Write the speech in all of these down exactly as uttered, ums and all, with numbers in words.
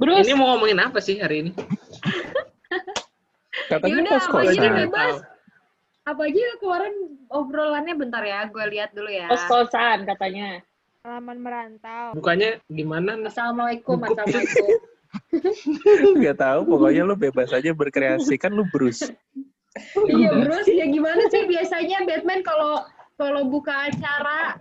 Bruce. Ini mau ngomongin apa sih hari ini? Katanya Yaudah, apa aja kos-kosan. bebas. Apa aja kemarin obrolannya bentar ya, gue lihat dulu ya. Kos-kosan katanya. Pengalaman merantau. Bukannya gimana? Assalamualaikum, Gugup ya. assalamualaikum. Gak tahu, pokoknya lu bebas aja berkreasi, kan lu Bruce. Iya Bruce, ya gimana sih biasanya Batman kalau kalau buka acara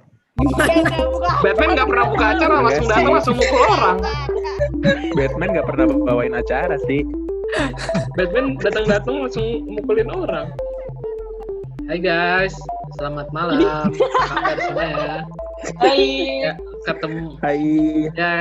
Batman nggak pernah buka acara, Enggak langsung datang sih. langsung mukul orang. Batman gak pernah bawain acara sih. Batman datang-datang langsung mukulin orang. Hai guys, selamat malam. Apa kabar semua ya? Hai. Ya, ketemu. Hai. Ya,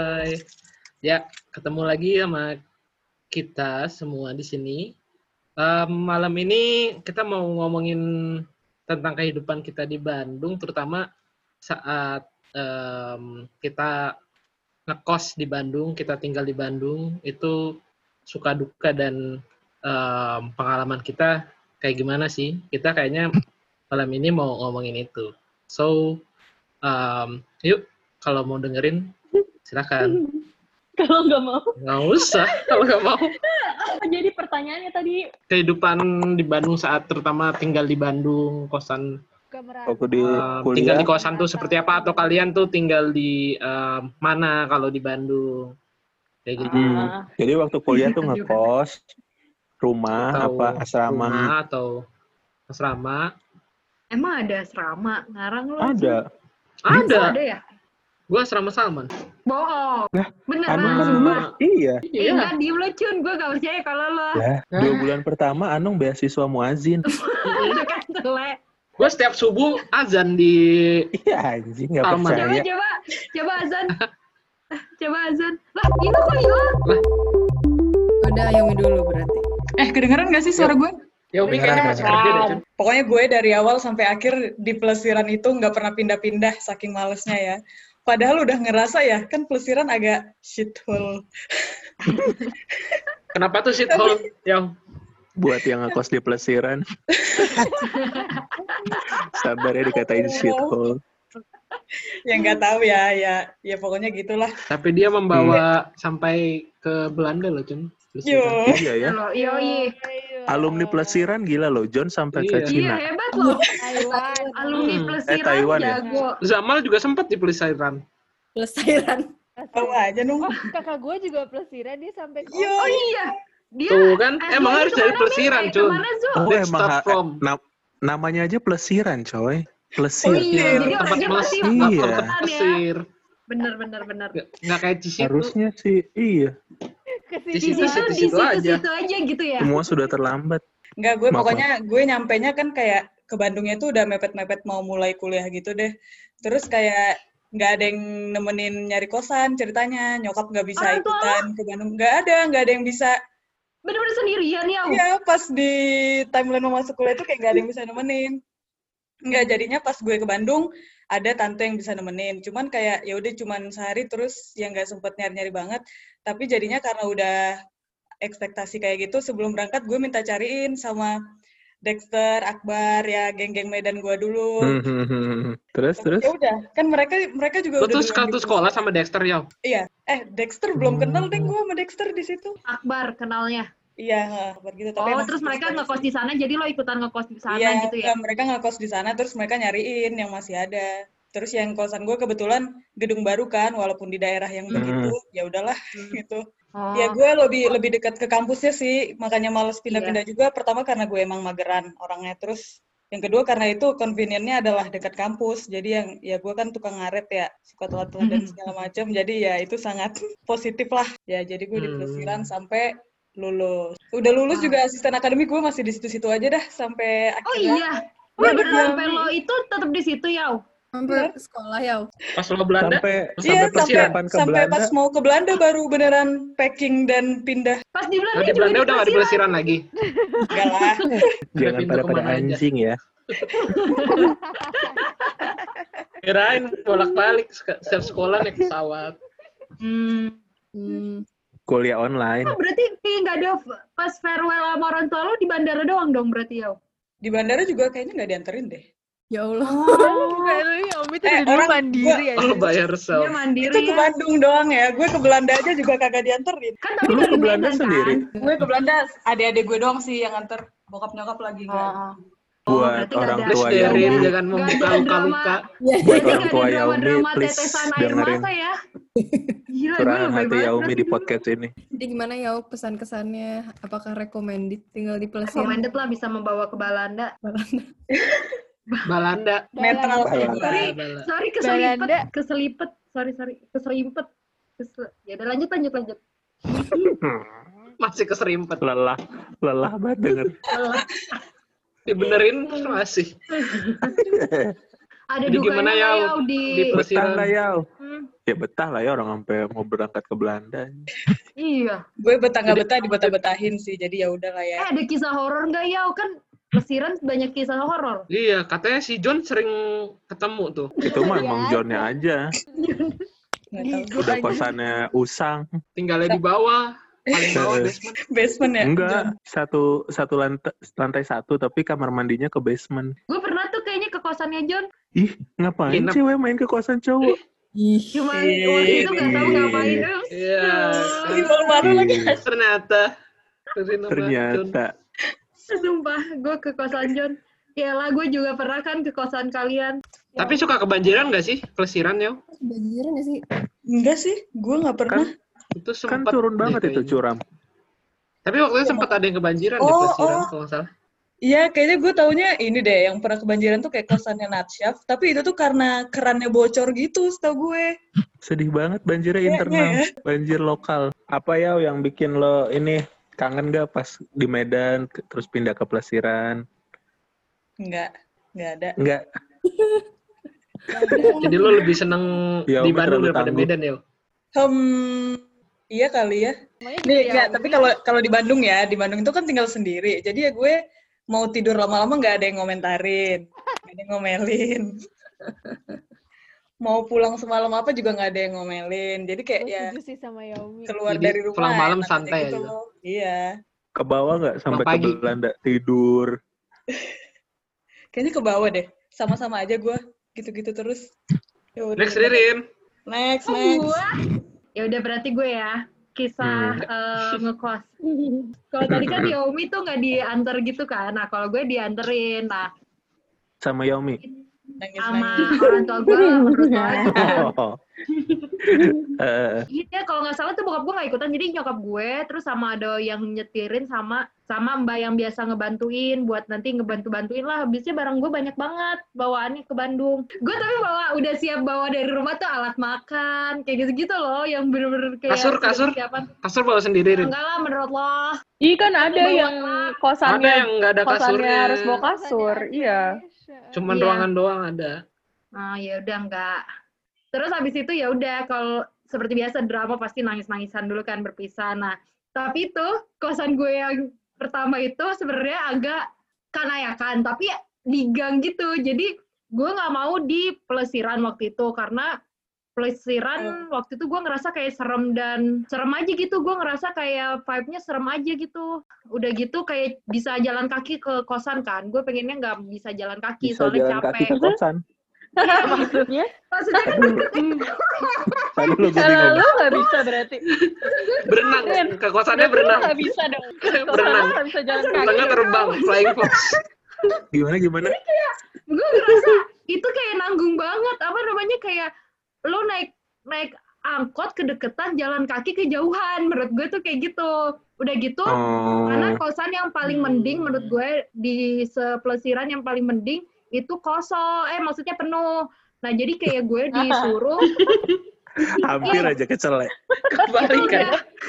ya ketemu lagi sama kita semua di sini. Um, malam ini kita mau ngomongin tentang kehidupan kita di Bandung, terutama saat um, kita ngekos di Bandung, kita tinggal di Bandung, itu suka duka dan um, pengalaman kita kayak gimana sih? Kita kayaknya malam ini mau ngomongin itu. So, um, yuk kalau mau dengerin silakan. Kalau nggak mau. Nggak usah kalau nggak mau. Jadi pertanyaannya tadi. Kehidupan di Bandung saat terutama tinggal di Bandung, kosan. Waktu di Um, kuliah. tinggal di kosan tuh seperti apa, atau kalian tuh tinggal di um, mana kalau di Bandung? Kayak gitu. Hmm. Ah. Jadi waktu kuliah tuh ngekos, rumah, Atau apa, asrama. rumah atau asrama. emang ada asrama ngarang lu? Ada. Ada. Ada ya? Gua asrama Salman. Bohong. Lah, Beneran. Anung kan sumpah. dulu, iya. Eh, enggak, diem lo Cun, gue gak percaya kalau lo Lah, dua bulan pertama Anung beasiswa muazin. itu kan telek. Gue setiap subuh azan di Iya anjing, gak Salman. Coba, percaya. coba, coba azan. Coba azan. Lah, itu kok hilang? Udah Yomi dulu berarti. Eh, kedengeran gak sih suara gue? Yaumi kayaknya masih kerja deh, Cun. Pokoknya gue dari awal sampai akhir di pelesiran itu nggak pernah pindah-pindah, saking malesnya ya. Padahal udah ngerasa ya, kan pelesiran agak shithole. Kenapa tuh shithole? Yang Buat yang ngekos di pelesiran. Sabar ya dikatain shithole. Ya nggak tahu ya, ya, ya pokoknya gitulah. tapi dia membawa sampai ke Belanda loh, Cun. Yo. Iya ya. Halo, yoi. Alumni pelesiran gila loh, John sampai Iya. ke Iya, Cina. hebat loh. Taiwan. Alumni Hmm. pelesiran Eh, Taiwan ya? jago. Zamal juga sempat di pelesiran. Pelesiran. Tahu aja nung. Oh, kakak gue juga pelesiran, dia sampai ke Yo. Oh iya. Dia Tuh kan, S emang dua-nya harus dari kemana, pelesiran, Nih? Cun. Kemana, Zu? Oh Let's emang start ha- from. na- namanya aja pelesiran coy. Pelesir. Oh, iya. Jadi tempat orangnya meles, pasti nggak Iya. tempat ya. pesir. Bener, bener, bener. Nggak- Nggak kayak di situ. Harusnya sih iya. ke Di Di situ, sini. situ, di di situ situ, aja. situ aja gitu ya. Semua sudah terlambat. Nggak, gue Maaf, pokoknya gue nyampenya kan kayak ke Bandungnya tuh udah mepet-mepet mau mulai kuliah gitu deh. Terus kayak nggak ada yang nemenin nyari kosan ceritanya. Nyokap nggak bisa Orang tua ikutan ke Bandung. Nggak ada, nggak ada yang bisa. Bener-bener sendirian ya. Iya, pas di timeline mau masuk kuliah tuh kayak gak ada yang bisa nemenin. Enggak, jadinya pas gue ke Bandung, ada tante yang bisa nemenin. Cuman kayak, ya udah cuman sehari terus yang gak sempet nyari-nyari banget. Tapi jadinya karena udah ekspektasi kayak gitu, sebelum berangkat gue minta cariin sama Dexter, Akbar, ya geng-geng Medan gue dulu. Hmm, hmm, hmm, hmm. Terus terus. Ya udah, kan mereka mereka juga Lo udah tuh duluan satu di- sekolah sama Dexter, ya? Iya, eh Dexter belum kenal deh gue sama Dexter di situ. Akbar kenalnya. Iya, Akbar gitu. Tapi Oh, emang terus mereka sekolah ngekos di sana, jadi lo ikutan ngekos di sana Iya, gitu ya? enggak, mereka ngekos di sana, terus mereka nyariin yang masih ada. Terus yang kosan gue kebetulan gedung baru kan, walaupun di daerah yang Hmm. begitu, ya udahlah gitu. Oh, Ya gue lebih lebih dekat ke kampusnya sih, makanya males Iya. pindah-pindah juga. Pertama karena gue emang mageran orangnya, terus yang kedua karena itu convenience-nya adalah dekat kampus. Jadi yang ya gue kan tukang ngaret ya, suka telat-telat dan segala macam. Jadi ya itu sangat positif lah. Ya jadi gue di Hmm. pelesiran sampai lulus. Udah lulus Wah. juga asisten akademik gue masih di situ-situ aja dah sampai oh akhirnya. iya. Iya, Bener iya. sampai lo itu tetap di situ ya? Sampai sekolah ya. Pas lo Belanda, Sampai Iya, sampai sampai, persiapan ke sampai Belanda. pas mau ke Belanda baru beneran packing dan pindah. Pas di Belanda nah, di juga Belanda udah nggak di pelesiran. pelesiran lagi. Enggak lah. Jangan pindah pada pada kemana aja. anjing ya. Kirain bolak-balik sek- setiap sekolah naik pesawat. Hmm. Hmm. Kuliah online. Oh, berarti kayak nggak ada f- pas farewell sama orang tua lo di bandara doang dong berarti ya? Di bandara juga kayaknya nggak dianterin deh. Ya Allah. Kayak lu ya, Umi tuh Eh, dari dulu orang- mandiri Oh, aja. by yourself. Dia mandiri Itu ke ya. Bandung doang ya. Gue ke Belanda aja juga kagak dianterin. Kan tapi Lu dari ke Belanda Medan, sendiri? kan? Gue ke Belanda, adik-adik gue doang sih yang anter. Bokap nyokap lagi enggak. Oh. Buat berarti nggak orang ada- Please tua Derin, Yaumi, jangan Nggak membuka ada luka-luka. buat Berarti orang nggak tua ada Yaumi, drama-drama please tetesan air dengerin mata ya. Gila, gue curahan lebay hati banget Yaumi berarti di dulu. podcast ini. Jadi gimana ya pesan-kesannya? Apakah recommended tinggal di pelesiran? Recommended lah bisa membawa ke Belanda. Balanda. Netral. Balanda. Sorry, Bala. sorry keselipet, Belanda. keselipet. Sorry, sorry, keselimpet. Kesel... Ya udah lanjut, lanjut, lanjut. Masih keserimpet. Lelah, lelah banget denger. Lelah. Dibenerin masih. Ada Jadi dukanya gimana, nggak, Yau? Yau, di... Di Betah pelesiran. lah ya. Hmm, Ya betah lah ya orang sampai mau berangkat ke Belanda. iya. Gue betah nggak Jadi- betah dibetah-betahin sih. Jadi ya udah lah ya. Eh, ada kisah horor nggak, Yau? Kan pelesiran banyak kisah horor. Iya, katanya si John sering ketemu tuh. Itu mah Iya emang aja. Johnnya aja. Nggak tahu. Udah kosannya usang. Tinggalnya di bawah, paling bawah basement. Basement ya. Enggak, satu satu lantai, lantai satu tapi kamar mandinya ke basement. Gue pernah tuh kayaknya ke kosannya John. Ih, ngapain Nginep. cewek main ke kosan cowok? Ih, Cuma Ih, waktu itu nggak tahu ih. ngapain. Iya. Ini baru-baru lagi. Ih, Ternyata. Ternyata. ternyata. Sumpah, gue ke kosan John. Yalah, gue juga pernah kan ke kosan kalian. Tapi suka kebanjiran nggak sih pelesiran ya? kebanjiran gak sih? Enggak sih. Gue nggak pernah. Itu Kan sempat turun deh banget itu kayaknya. curam. Tapi waktu itu sempat ada yang kebanjiran di Oh, pelesiran oh. kalau nggak salah. Iya, kayaknya gue taunya ini deh, yang pernah kebanjiran tuh kayak kosannya Natsyaf, tapi itu tuh karena kerannya bocor gitu, setahu gue. Sedih banget banjirnya Iya, internal, iya. banjir lokal. Apa ya yang bikin lo ini kangen gak pas di Medan ke- terus pindah ke pelesiran? Enggak, enggak ada. Enggak. Jadi lo lebih seneng Ya, di Umi Bandung terlalu daripada tangguh. Medan ya? Hmm, iya kali ya. Namanya Nih, juga enggak, ya, tapi Umi. kalau kalau di Bandung ya, di Bandung itu kan tinggal sendiri. Jadi ya gue mau tidur lama-lama nggak ada yang ngomentarin, nggak ada yang ngomelin. Mau pulang semalam apa juga nggak ada yang ngomelin. Jadi kayak Gue ya setuju sih sama Yaumi. keluar Jadi dari rumah pulang malam enak aja santai gitu aja. loh. Iya. Ke bawah nggak sampai ke pagi. Belanda tidur? Kayaknya ke bawah deh. Sama-sama aja gue gitu-gitu terus. Ya udah. Next, Ririn. Next, Oh, next. gue? Ya udah berarti gue ya. Kisah eh, ngekos. Kalau tadi kan Yaumi tuh nggak diantar gitu kan. Nah, kalau gue dianterin. Nah, Sama Yaumi. Nangis, sama nangis. orang tua gue menurut gue aja. Oh. Eh, Iya, kalau nggak salah tuh bokap gue nggak ikutan, jadi nyokap gue, terus sama ada yang nyetirin sama sama mbak yang biasa ngebantuin buat nanti ngebantu-bantuin lah. Habisnya barang gue banyak banget bawaannya ke Bandung. Gue tapi bawa udah siap bawa dari rumah tuh alat makan kayak gitu-gitu loh, yang bener-bener kayak Kasur, kasur. persiapan. Kasur bawa sendiri, Rin. Enggak lah menurut lo. Ih, kan ada Bawa yang lah. Ada kosannya yang nggak ada kosannya kasurnya. harus bawa kasur. Kosannya Iya. ada. Cuman Iya. ruangan doang ada. Oh ya udah enggak. Terus habis itu ya udah kalau seperti biasa drama pasti nangis-nangisan dulu kan berpisah. Nah, tapi itu kosan gue yang pertama itu sebenarnya agak kanayakan, tapi di gang gitu. Jadi gue nggak mau di pelesiran waktu itu karena pelesiran waktu itu gue ngerasa kayak serem dan serem aja gitu. Gue ngerasa kayak vibe-nya serem aja gitu. Udah gitu kayak bisa jalan kaki ke kosan kan. Gue pengennya nggak bisa jalan kaki Bisa soalnya jalan capek. kaki ke kosan. Iya, Maksudnya? maksudnya kan Tadi lu gue Kalau bingung. lu nggak bisa berarti. Berenang. Rin. Ke kosannya Berarti lu berenang. nggak bisa dong. Berenang. Nggak bisa jalan kaki. Tengah terbang. Flying fox. Gimana gimana? gue ngerasa itu kayak nanggung banget, apa namanya, kayak lo naik naik angkot kedeketan, jalan kaki kejauhan. Menurut gue tuh kayak gitu. Udah gitu, Oh. karena kosan yang paling mending menurut gue di sepelesiran yang paling mending itu kosong, eh maksudnya penuh. Nah jadi kayak gue disuruh Hampir aja kecelek. Kebalik kan.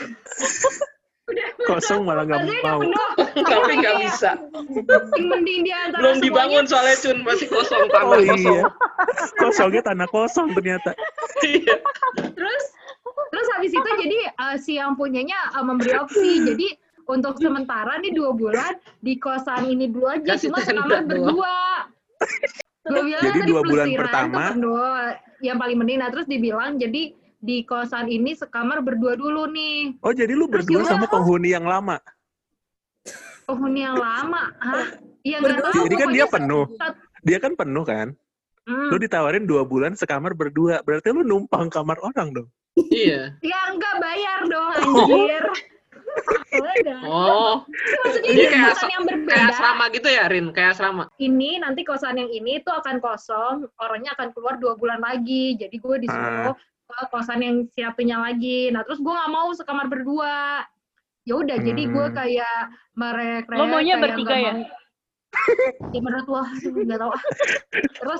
Kosong malah nggak maksudnya udah mau. penuh. Tapi nggak bisa. Yang mending di antara Belum semuanya. dibangun soalnya, Cun. Masih kosong. Tanah Oh kosong. iya. Kosongnya tanah kosong ternyata. Iya. Terus terus habis itu jadi uh, si yang punyanya uh, memberi opsi. Jadi untuk sementara nih dua bulan di kosan ini dulu aja, Kasih cuma tenda sekamar doang. berdua. Gue bilang Jadi tadi dua bulan pelesiran pertama. tuh berdua yang paling mending. Nah terus dibilang jadi di kosan ini sekamar berdua dulu nih. Oh jadi lu Terus berdua gimana? sama penghuni yang lama? Penghuni yang lama, hah? Iya nggak tahu. Jadi kan dia pokoknya penuh. sat- dia kan penuh kan. Hmm. Lu ditawarin dua bulan sekamar berdua. Berarti lu numpang kamar orang dong. Iya. Ya enggak bayar dong anjir. Beda. Oh, Maksudnya jadi ini kayak kosan as- yang berbeda. kayak asrama gitu ya, Rin? Kayak asrama. Ini nanti kosan yang ini tuh akan kosong, orangnya akan keluar dua bulan lagi. Jadi gue disuruh ke kosan yang satunya lagi. Nah terus gue nggak mau sekamar berdua. Ya udah, jadi gue Hmm. kayak merek-rek. Lo maunya kayak bertiga nggak ya? mau. Ya menurut lo, aduh, nggak tahu. Terus,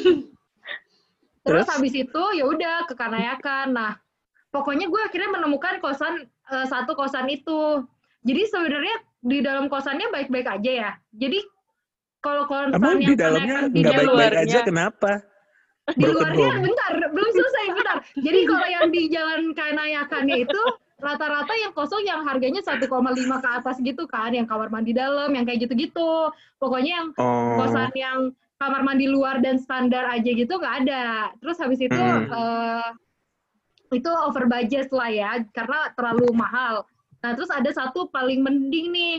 terus Terus? habis itu ya udah ke Kanayakan. Nah, pokoknya gue akhirnya menemukan kosan eh, satu kosan itu. Jadi sebenarnya di dalam kosannya baik-baik aja ya. Jadi kalau kosan Emang yang di dalamnya Kanayakan- di nggak dalam- baik-baik luarnya. aja, kenapa? di Broken luarnya home. bentar, belum selesai, bentar. Jadi kalau yang di jalan Kanayakannya itu rata-rata yang kosong yang harganya satu koma lima ke atas gitu kan, yang kamar mandi dalam, yang kayak gitu-gitu. Pokoknya yang Oh. kosan yang kamar mandi luar dan standar aja gitu nggak ada. Terus habis itu Hmm. eh, itu over budget lah ya, karena terlalu mahal. Nah terus ada satu paling mending nih,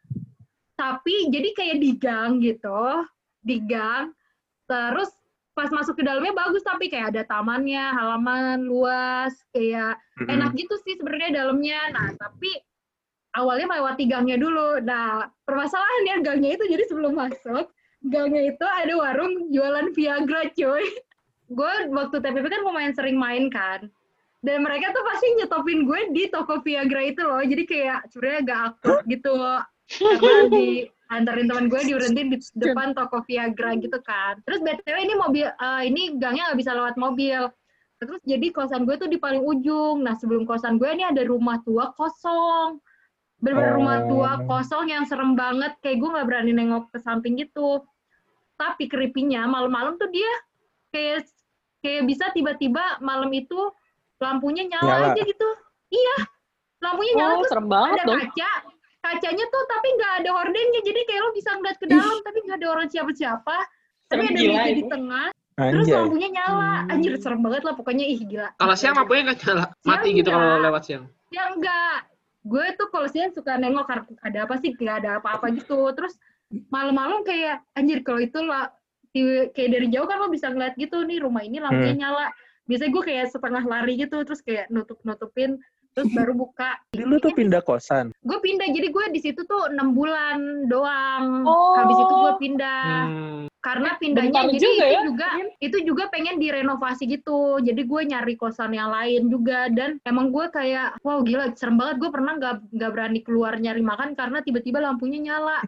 tapi jadi kayak di gang gitu, di gang. Terus pas masuk ke dalamnya bagus, tapi kayak ada tamannya, halaman luas, kayak Mm-mm. enak gitu sih sebenarnya dalamnya. Nah tapi awalnya melewati gangnya dulu. Nah permasalahannya gangnya itu jadi sebelum masuk, gangnya itu ada warung jualan Viagra cuy. Gue waktu T P P kan lumayan sering main kan. Dan mereka tuh pasti nyetopin gue di toko Viagra itu loh. Jadi kayak sebenarnya agak awkward gitu. Karena di anterin teman gue diberhentiin di depan toko Viagra gitu kan. Terus B T W ini mobil, eh, ini gangnya nggak bisa lewat mobil. Terus jadi kosan gue tuh di paling ujung. Nah sebelum kosan gue ini ada rumah tua kosong. Bener-bener Oh. rumah tua kosong yang serem banget. Kayak gue nggak berani nengok ke samping gitu. Tapi creepy-nya malam-malam tuh dia kayak kayak bisa tiba-tiba malam itu lampunya nyala, Nyala. aja gitu. Iya, lampunya nyala Oh, terus serem banget ada dong. kaca. Kacanya tuh tapi nggak ada hordennya, jadi kayak lo bisa ngeliat ke dalam tapi nggak ada orang siapa-siapa. Tapi Serem ada gila meja di itu. tengah, terus Anjay. lampunya nyala. Hmm. Anjir, serem banget lah pokoknya, ih gila. Kalau siang lampunya nggak nyala, mati Siang gitu kalau nggak. lewat siang. Ya enggak. Gue tuh kalau siang suka nengok karena ada apa sih, nggak ada apa-apa gitu. Terus malam-malam kayak anjir kalau itu lah di- kayak dari jauh kan lo bisa ngeliat gitu nih rumah ini lampunya Hmm. nyala. Biasanya gue kayak setengah lari gitu terus kayak nutup-nutupin terus baru buka. Jadi lu tuh pindah kosan. Gue pindah, jadi gue di situ tuh enam bulan doang. Oh. Habis itu gue pindah. Hmm. Karena pindahnya Bentar jadi juga itu ya, juga itu juga pengen direnovasi gitu. Jadi gue nyari kosan yang lain juga dan emang gue kayak wow gila serem banget. Gue pernah nggak nggak berani keluar nyari makan karena tiba-tiba lampunya nyala.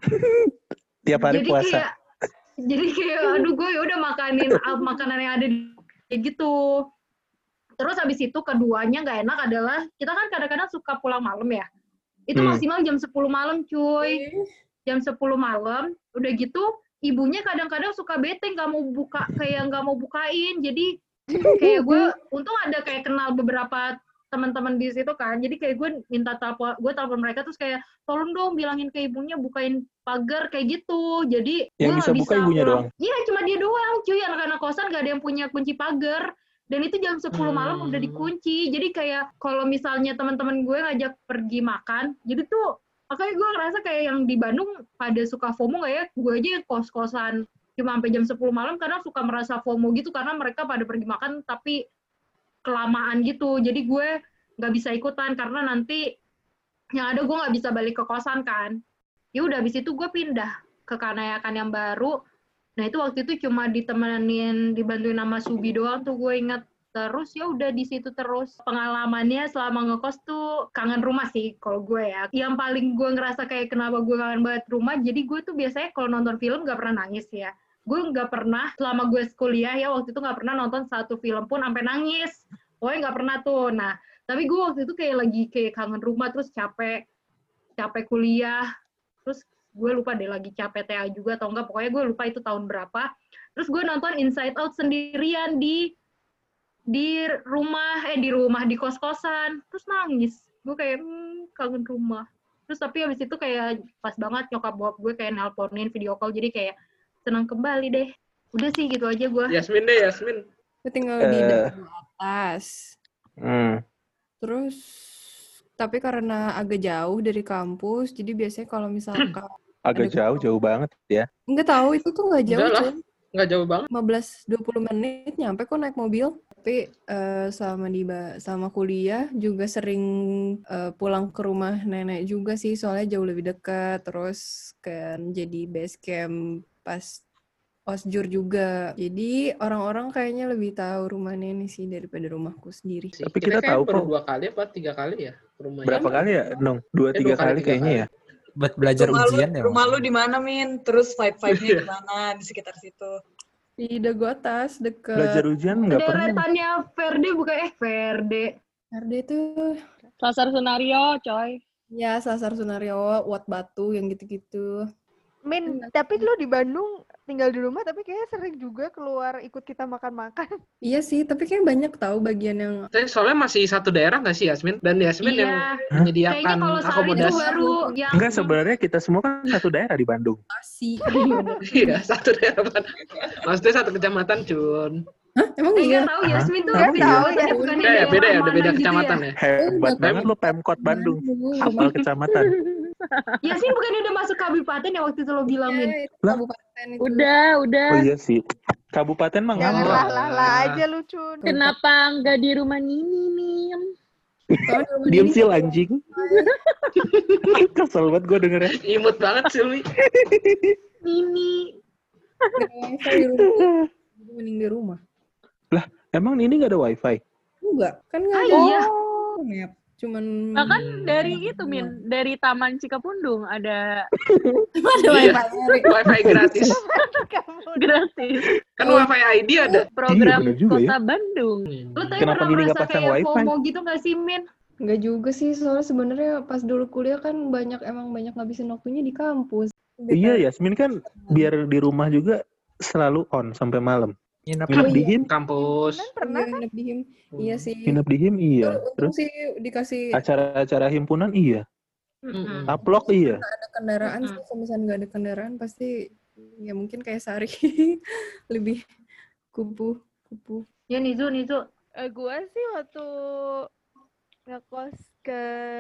Tiap hari jadi puasa. kayak jadi kayak aduh gue ya udah makanin ah, makanan yang ada di- kayak gitu. Terus habis itu keduanya nggak enak adalah kita kan kadang-kadang suka pulang malam ya. Itu Hmm. maksimal jam sepuluh malam cuy. Jam sepuluh malam udah gitu ibunya kadang-kadang suka bete nggak mau buka kayak nggak mau bukain. Jadi kayak gue untung ada kayak kenal beberapa teman-teman di situ kan. Jadi kayak gue minta telepon, gue telepon mereka terus kayak tolong dong bilangin ke ibunya bukain pagar kayak gitu. Jadi Yang gue bisa nggak buka ibunya pulang. doang? Iya cuma dia doang cuy, anak-anak kosan gak ada yang punya kunci pagar. Dan itu jam sepuluh malam udah Hmm. dikunci. Jadi kayak kalau misalnya teman-teman gue ngajak pergi makan, jadi tuh makanya gue ngerasa kayak yang di Bandung pada suka FOMO gak ya? Gue aja yang kos-kosan cuma sampai jam sepuluh malam karena suka merasa FOMO gitu karena mereka pada pergi makan tapi kelamaan gitu. Jadi gue nggak bisa ikutan karena nanti yang ada gue nggak bisa balik ke kosan kan. Ya udah habis itu gue pindah ke Kanayakan yang baru. Nah itu waktu itu cuma ditemenin, dibantuin sama Subi doang tuh gue inget. Terus ya udah di situ terus. Pengalamannya selama ngekos tuh kangen rumah sih kalau gue ya. Yang paling gue ngerasa kayak kenapa gue kangen banget rumah, jadi gue tuh biasanya kalau nonton film gak pernah nangis ya. Gue gak pernah, selama gue kuliah ya waktu itu gak pernah nonton satu film pun sampai nangis. Pokoknya gak pernah tuh. Nah, tapi gue waktu itu kayak lagi kayak kangen rumah, terus capek, capek kuliah. Terus gue lupa deh lagi capek T A juga atau enggak, pokoknya gue lupa itu tahun berapa. Terus gue nonton Inside Out sendirian di di rumah, eh di rumah, di kos-kosan. Terus nangis. Gue kayak, hmm, kangen rumah. Terus tapi habis itu kayak pas banget nyokap bokap gue kayak nelponin video call, jadi kayak senang kembali deh. Udah sih gitu aja gue. Yasmin deh, Yasmin. Gue tinggal di Eh. daerah atas. Hmm. Terus, tapi karena agak jauh dari kampus, jadi biasanya kalau misalkan Agak ada- jauh, jauh banget ya. Nggak tahu, itu tuh nggak jauh, Enggak lah. Cen. Nggak jauh banget. lima belas dua puluh menit nyampe kok naik mobil. Tapi eh, sama di ba- sama kuliah juga sering eh, pulang ke rumah nenek juga sih, soalnya jauh lebih dekat. Terus kan jadi base camp pas Osjur juga. Jadi orang-orang kayaknya lebih tahu rumah nenek sih daripada rumahku sendiri. Sih. Tapi kita kayak tahu baru kok. dua kali apa tiga kali ya ke rumahnya. Berapa kali ya, Nong? Dua, Eh, tiga dua kali, kali tiga kayaknya kali. ya? Buat belajar Rumah lu, ujian ya. rumah lu maksudnya. di mana, Min? Terus vibe-vibe-nya Iya. gimana di sekitar situ? Di Dago Atas, deket Belajar ujian nggak pernah. Deretannya Verde bukan eh Verde. R D tuh. Sasar Sunario, coy. Ya, Sasar Sunario, Wat Batu, yang gitu-gitu. Min, tapi lu di Bandung tinggal di rumah tapi kayaknya sering juga keluar ikut kita makan-makan. Iya sih, tapi kayak banyak tahu bagian yang Tapi soalnya masih satu daerah nggak sih Yasmin? Dan Yasmin yang Iya. Hmm? menyediakan Kayaknya kalau Sari itu akomodasi. baru yang Enggak, sebenarnya kita semua kan satu daerah di Bandung. asli. Iya, satu daerah. Maksudnya satu kecamatan, Cun. Hah? Emang Eh, iya? nggak tahu Yasmin tuh Emang iya? kecamatannya bukan Beda ya, beda ya, udah beda gitu kecamatan ya. Hebat Oh, banget lu Pemkot Bandung. Bandung. Hafal kecamatan. Yasmin bukannya udah masuk kabupaten ya waktu itu lo bilang, Min? Ya, itu Lah? kabupaten itu. Udah, udah. Oh iya sih. Kabupaten mah Jangan ngambek. lah. lah-lah aja lu, Cun. Kenapa nggak di rumah Nini, Min? Soalnya di rumah Diem Nini sil anjing. Kesel banget gue dengernya. Imut banget Silvi. Nini. nggak ada wifi di rumah. Jadi mending di rumah. Emang ini nggak ada wifi? Enggak, kan nggak Ah ada. iya. Map. Cuman Bahkan Hmm. dari itu, Min. Dari Taman Cikapundung ada ada Iya. wifi. Wifi gratis. Kamu gratis. Kan Wifi I D ada. Program bener juga Kota Bandung. Lo tapi Kenapa pernah Nini nggak merasa pasang kayak wifi? FOMO gitu nggak sih, Min? Enggak juga sih, soalnya sebenarnya pas dulu kuliah kan banyak emang banyak ngabisin waktunya di kampus. Iya, Yasmin kan biar di rumah juga selalu on sampai malam. Nginep Nginep di Him, Kampus. kan pernah Iya, nginep di Him. Iya sih. nginep di Him iya. Untung Terus sih dikasih acara-acara himpunan iya. Mm-mm. Upload iya. ada kendaraan Mm-mm. sih, kalau misalnya nggak ada kendaraan pasti ya mungkin kayak Sari lebih kupu kupu. Ya Nizu, Nizu. Eh, gue sih waktu ngekos ke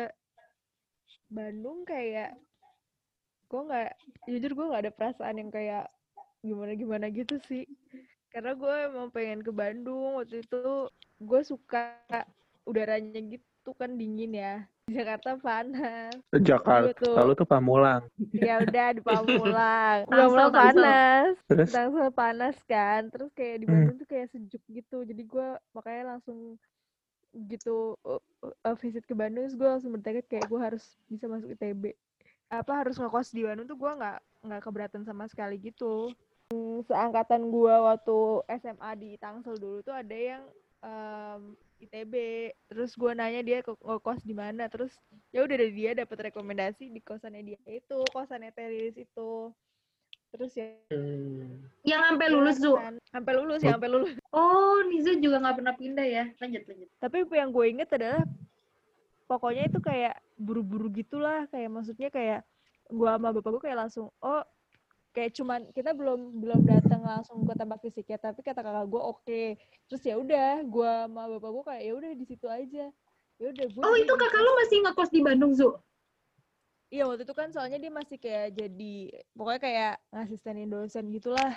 Bandung kayak gue nggak jujur gue nggak ada perasaan yang kayak gimana gimana gitu sih, karena gue emang pengen ke Bandung. Waktu itu gue suka udaranya gitu kan, dingin ya. Di Jakarta panas. Jakarta. Gue tuh Lalu tuh Pamulang. ya udah di Pamulang. Tangsel, Pamulang Tangsel. panas. Terus Tangsel panas kan. Terus kayak di Hmm. Bandung tuh kayak sejuk gitu. Jadi gue makanya langsung gitu uh, uh, visit ke Bandung. Terus gue langsung bertekad kayak gue harus bisa masuk I T B. Apa harus ngekos di Bandung tuh gue nggak nggak keberatan sama sekali gitu. Hmm, seangkatan gue waktu S M A di Tangsel dulu tuh ada yang um, I T B. Terus gue nanya dia ke- ngekos di mana. Terus ya udah dari dia dapat rekomendasi di kosannya dia itu, kosannya Teriris itu. Terus ya Hmm. Yang sampai lulus, Zu. kan, sampai lulus ya sampai lulus. Oh, Nizu juga nggak pernah pindah ya. Lanjut, lanjut. Tapi yang gue inget adalah pokoknya itu kayak buru-buru gitulah, kayak maksudnya kayak gue sama bapak gue kayak langsung oh kayak cuman kita belum belum datang langsung ke tempat fisiknya, tapi kata kakak gue oke. Terus ya udah gue sama bapak gue kayak ya udah di situ aja. Ya udah gue Oh, itu kakak lo masih ngekos di Bandung, Zu? iya waktu itu kan soalnya dia masih kayak jadi pokoknya kayak ngasistenin dosen gitulah.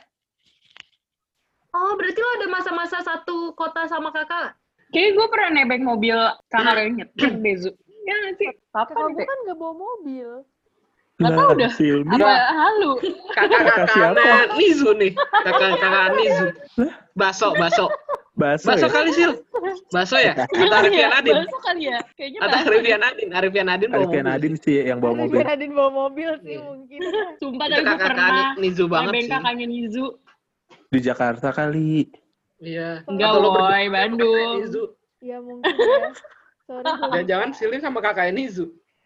Oh, berarti lo ada masa-masa satu kota sama kakak? Kayaknya gue pernah nebeng mobil kakak lo yang nyetir deh, Zu. Ya nggak sih? Kakak Kapan gue deh? kan nggak bawa mobil. Nggak tahu dah. Silmi. Apa halu? Kakak siapa? Kakak-kakak Nizu nih. Kakak-kakak Nizu. Baso, baso. Baso Baso ya? kali Sil. Baso ya? Atau Arifin Adin? Baso kali ya? Kayaknya Atau baso. Arifin Adin? Arifin Adin bawa Alfian mobil. Adin sih yang bawa mobil. Biar Adin bawa mobil sih Iya. mungkin. Sumpah Itu tapi gue kakak pernah Nizu banget nebeng sih. kakaknya Nizu. Di Jakarta kali. Iya. Enggak, Atau lo berdua woy, Bandung. kakaknya Nizu. Ya mungkin ya. Sorry, sorry. Jangan-jangan Silin sama kakaknya Nizu.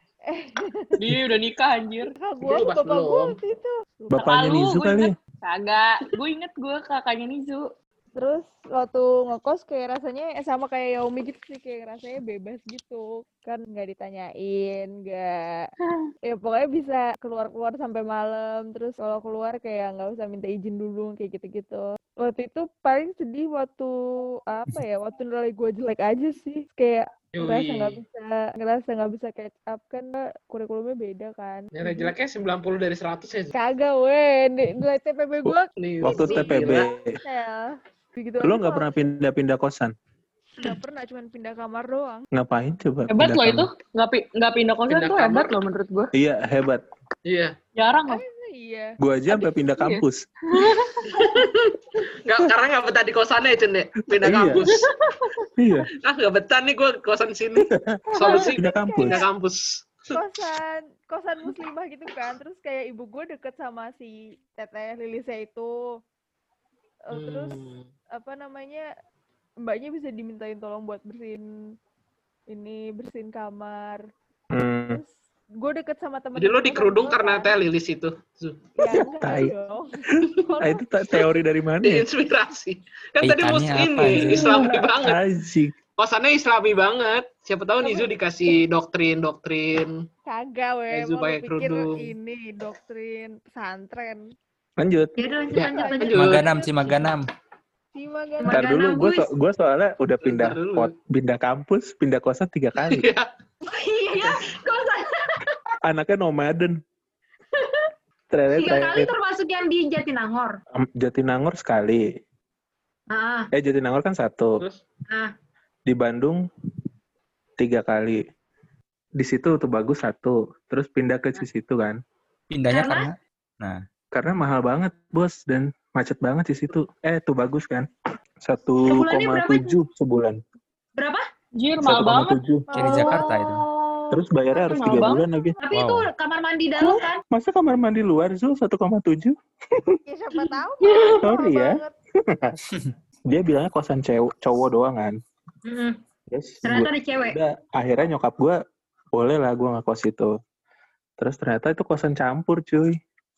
Dia udah nikah anjir. Kakak gue, Itu pas bapak gue belum. waktu itu. Bapaknya Lalu, Nizu gue kali. inget. Kagak. Gue inget gue kakaknya Nizu. Terus waktu ngekos kayak rasanya sama kayak Yaomi gitu sih, kayak rasanya bebas gitu kan, nggak ditanyain, nggak ya pokoknya bisa keluar-keluar sampai malam. Terus kalau keluar kayak nggak usah minta izin dulu kayak gitu-gitu. waktu itu paling sedih waktu apa ya? Waktu nilai gue jelek aja sih. Kayak ngerasa nggak Yui. bisa ngerasa nggak bisa catch up kan Mbak, kurikulumnya beda kan. Nilai Jadi jeleknya sembilan puluh dari seratus ya. kagak weh, Ni- nilai T P B gue Nih, Waktu ini T P B, gila. ya. Begitu lo aja nggak pernah langsung pindah-pindah kosan? nggak pernah, cuman pindah kamar doang. Ngapain coba Hebat pindah loh itu. kamar? Nggak, pi- nggak pindah kosan Pindah tuh kamar. hebat loh menurut gue. Iya, hebat. Iya. Jarang loh. Eh, iya. Gue aja sampai pindah Iya. kampus. Nggak, karena nggak betah di kosannya ya, Cen, ya? Pindah Iya. kampus. Iya, Ah, nggak betah nih gue kosan sini. Solusi pindah kampus. pindah kampus. kosan kosan muslimah gitu kan, terus kayak ibu gue deket sama si teteh Lilisnya itu. Eh, terus Hmm. apa namanya, mbaknya bisa dimintain tolong buat bersihin ini, bersihin kamar. Hmm, Terus gue deket sama temen Jadi lo kosan dikerudung gua karena kan. teh Lilis itu. Zu. Ya enggak Tai. dong. ah, itu te- teori dari mana ya? Diinspirasi. Kan tadi Kaitannya muslim apa, nih, anjir? Islami banget. Asik. Kosannya Islami banget. Siapa tahu Nizu dikasih doktrin-doktrin. Kagak weh, Ezu mau lu pakai pikir kerudung. ini doktrin pesantren. Lanjut. Ya udah lanjut Ya, lanjut lanjut. lanjut. Cimaganam, Cimaganam. Cimagan. Ntar dulu, gue Guys. so, gue soalnya udah pindah Ntar dulu. kot, pindah kampus, pindah kosan tiga kali. Iya. Iya ya, kosan Anaknya nomaden. Ternyata tiga kali terakhir termasuk yang di Jatinangor. Jatinangor sekali. Ah, Eh Jatinangor kan satu. Terus ah. Di Bandung tiga kali. Di situ tuh bagus satu. Terus pindah ke situ kan. Pindahnya Karena? karena nah, Karena mahal banget bos dan macet banget di situ. Eh tuh bagus kan. satu Sebulannya koma berapa? tujuh sebulan. Berapa? Jir, satu mahal koma banget. tujuh. kayak di Jakarta itu. Terus bayarnya harus Mahal tiga banget. bulan lagi. Tapi Wow. itu kamar mandi dalam kan? Masa kamar mandi luar Zul satu koma tujuh? Ya siapa tahu. Sorry ya. Banget. Dia bilangnya kosan cewek cowok doang kan. Mm-mm. Terus Ternyata gua- ada cewek. udah akhirnya nyokap gue boleh lah gue ngekos itu. Terus ternyata itu kosan campur cuy.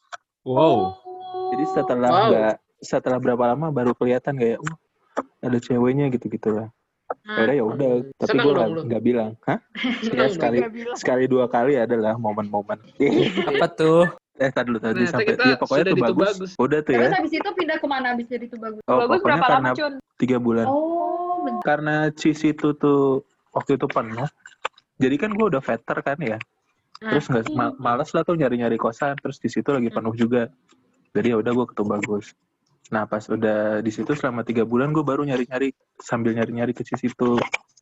Wow. Jadi setelah Wow. nggak setelah berapa lama baru kelihatan kayak uh, ada ceweknya gitu-gitu lah. Nah, Akhirnya ya udah, tapi Seneng gue dong nggak lu. nggak bilang. Hah? Ya Seneng sekali Nggak bilang. sekali dua kali adalah momen-momen. Apa tuh? eh tadi dulu tadi Ternyata sampai kita ya pokoknya sudah tuh di bagus. Tubagus. Udah tuh terus ya. habis itu pindah kemana habis jadi itu bagus? Oh Bagus pokoknya berapa karena lama, Cun? tiga bulan. Oh, bener. Karena cis itu tuh waktu itu penuh. Jadi kan gue udah veter kan ya. Terus nggak ma- malas lah tuh nyari-nyari kosan. Terus di situ lagi penuh juga. Jadi ya udah gue ke Tubagus. Nah pas udah di situ selama tiga bulan gue baru nyari-nyari sambil nyari-nyari ke situ.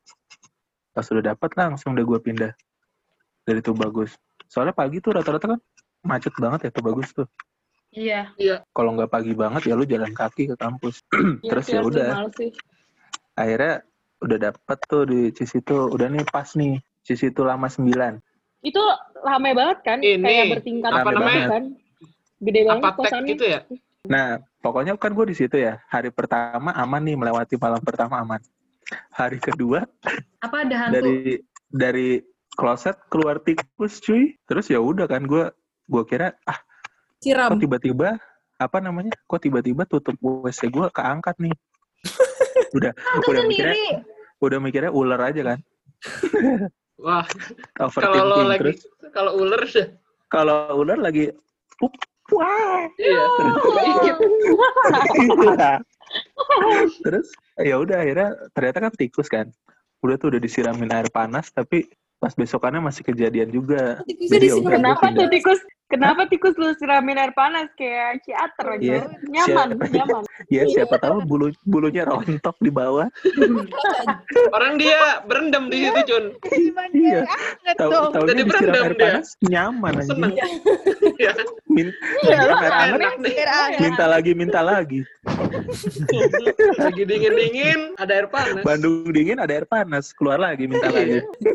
Pas udah dapet langsung udah gue pindah dari Tubagus. Soalnya pagi tuh rata-rata kan macet banget ya Tubagus tuh. Iya. Kalau nggak pagi banget ya lu jalan kaki ke kampus. Iya Terus sih, ya asli udah. males sih. Akhirnya udah dapet tuh di Cisitu. Udah nih pas nih. Cisitu Lama sembilan. Itu rame banget kan? Ini, Kayak bertingkat apa gitu namanya? kan? Gede banget Apa tag kosannya. gitu ya? Nah, pokoknya kan gue di situ ya. Hari pertama aman nih, melewati malam pertama aman. Hari kedua Apa ada hantu? dari dari kloset keluar tikus cuy. Terus ya udah kan gue gue kira ah kok Siram. tiba-tiba apa namanya? Kok tiba-tiba tutup W C gue keangkat nih. udah Hantu udah mikirnya sendiri. udah mikirnya ular aja kan. Wah, kalau Overthinking lo lagi terus kalau ular sih. kalau ular lagi pup, wah. Iya. Terus ya udah akhirnya ternyata kan tikus kan. Udah tuh udah disiramin air panas tapi pas besokannya masih kejadian juga. Tikusnya Jadi ya disiram udah, gua Kenapa pindah. tuh tikus? Kenapa tikus lu siramin air panas kayak ciater aja? Iya, Nyaman, siapa- nyaman. Ya siapa tahu bulu bulunya rontok di bawah. Orang dia berendam di situ, Cun. Iya. Anget Tahu dong. tahu Jadi dia disiram berendam air dia. panas nyaman aja. Seneng. Iya. Min, disiram air panas Enak nih. Air anget. minta lagi minta lagi. Lagi dingin-dingin, ada air panas. Bandung dingin ada air panas, keluar lagi minta lagi.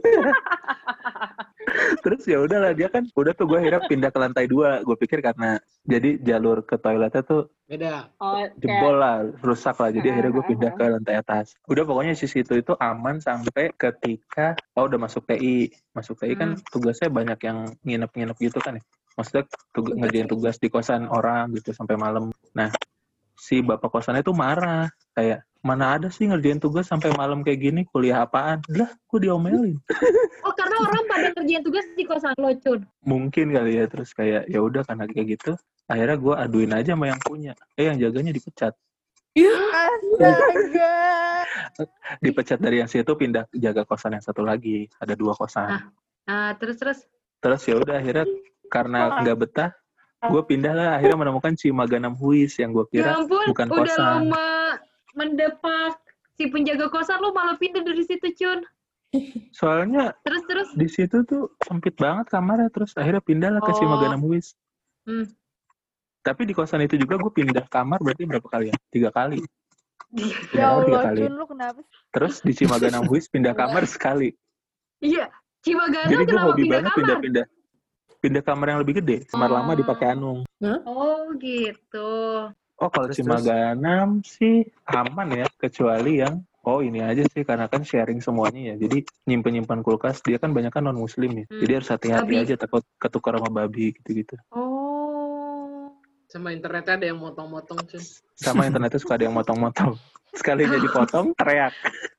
Terus ya udahlah dia kan udah tuh gue akhirnya pindah ke lantai dua. Gue pikir karena jadi jalur ke toiletnya tuh Beda. Oh, kayak jebol lah, rusak lah. Jadi akhirnya gue pindah ke lantai atas. Udah pokoknya di situ itu aman sampai ketika oh udah masuk T I. Masuk T I kan tugasnya banyak yang nginep-nginep gitu kan ya. Maksudnya tug- ngerjain tugas di kosan orang gitu sampai malam. Nah, si bapak kosannya tuh marah. Kayak, mana ada sih ngerjain tugas sampai malam kayak gini, kuliah apaan? Lah, gue diomelin. Oh, karena orang pada kerjain tugas di kosan lo, Cun. Mungkin kali ya, terus kayak, ya udah karena kayak gitu. Akhirnya gue aduin aja sama yang punya. Eh, yang jaganya dipecat. Astaga. Dipecat dari yang situ pindah jaga kosan yang satu lagi. Ada dua kosan. Ah. Nah, terus terus. Terus ya udah akhirnya karena nggak betah, gue pindah lah. Akhirnya menemukan Cimaganam Huis yang gue Ya kira ampun, bukan udah kosan. lama mendepak si penjaga kosan lu malah pindah dari situ, Cun. Soalnya Terus terus. di situ tuh sempit banget kamarnya. Terus akhirnya pindah lah ke Oh. Cimaganam Huis. Hmm. Tapi di kosan itu juga gue pindah kamar berarti berapa kali ya? Tiga kali. Pindah Ya kamar tiga Allah, kali. Cun, lu kenapa sih? Terus di Cimaganam Huis pindah kamar sekali. Iya, Cimaganam Jadi gue kenapa hobi pindah banget kamar? pindah-pindah. Pindah kamar yang lebih gede. Kamar Oh. lama dipakai Anung. Oh gitu. Oh kalau Terus, Cimaganam sih aman ya. Kecuali yang, oh ini aja sih karena kan sharing semuanya ya. Jadi nyimpen-nyimpan kulkas, dia kan banyak kan non-muslim ya. Hmm. Jadi harus hati-hati Babi. aja takut ketukar sama babi gitu-gitu. Oh. Sama internetnya ada yang motong-motong, Cun. Sama internetnya suka ada yang motong-motong. Sekalinya dipotong, teriak.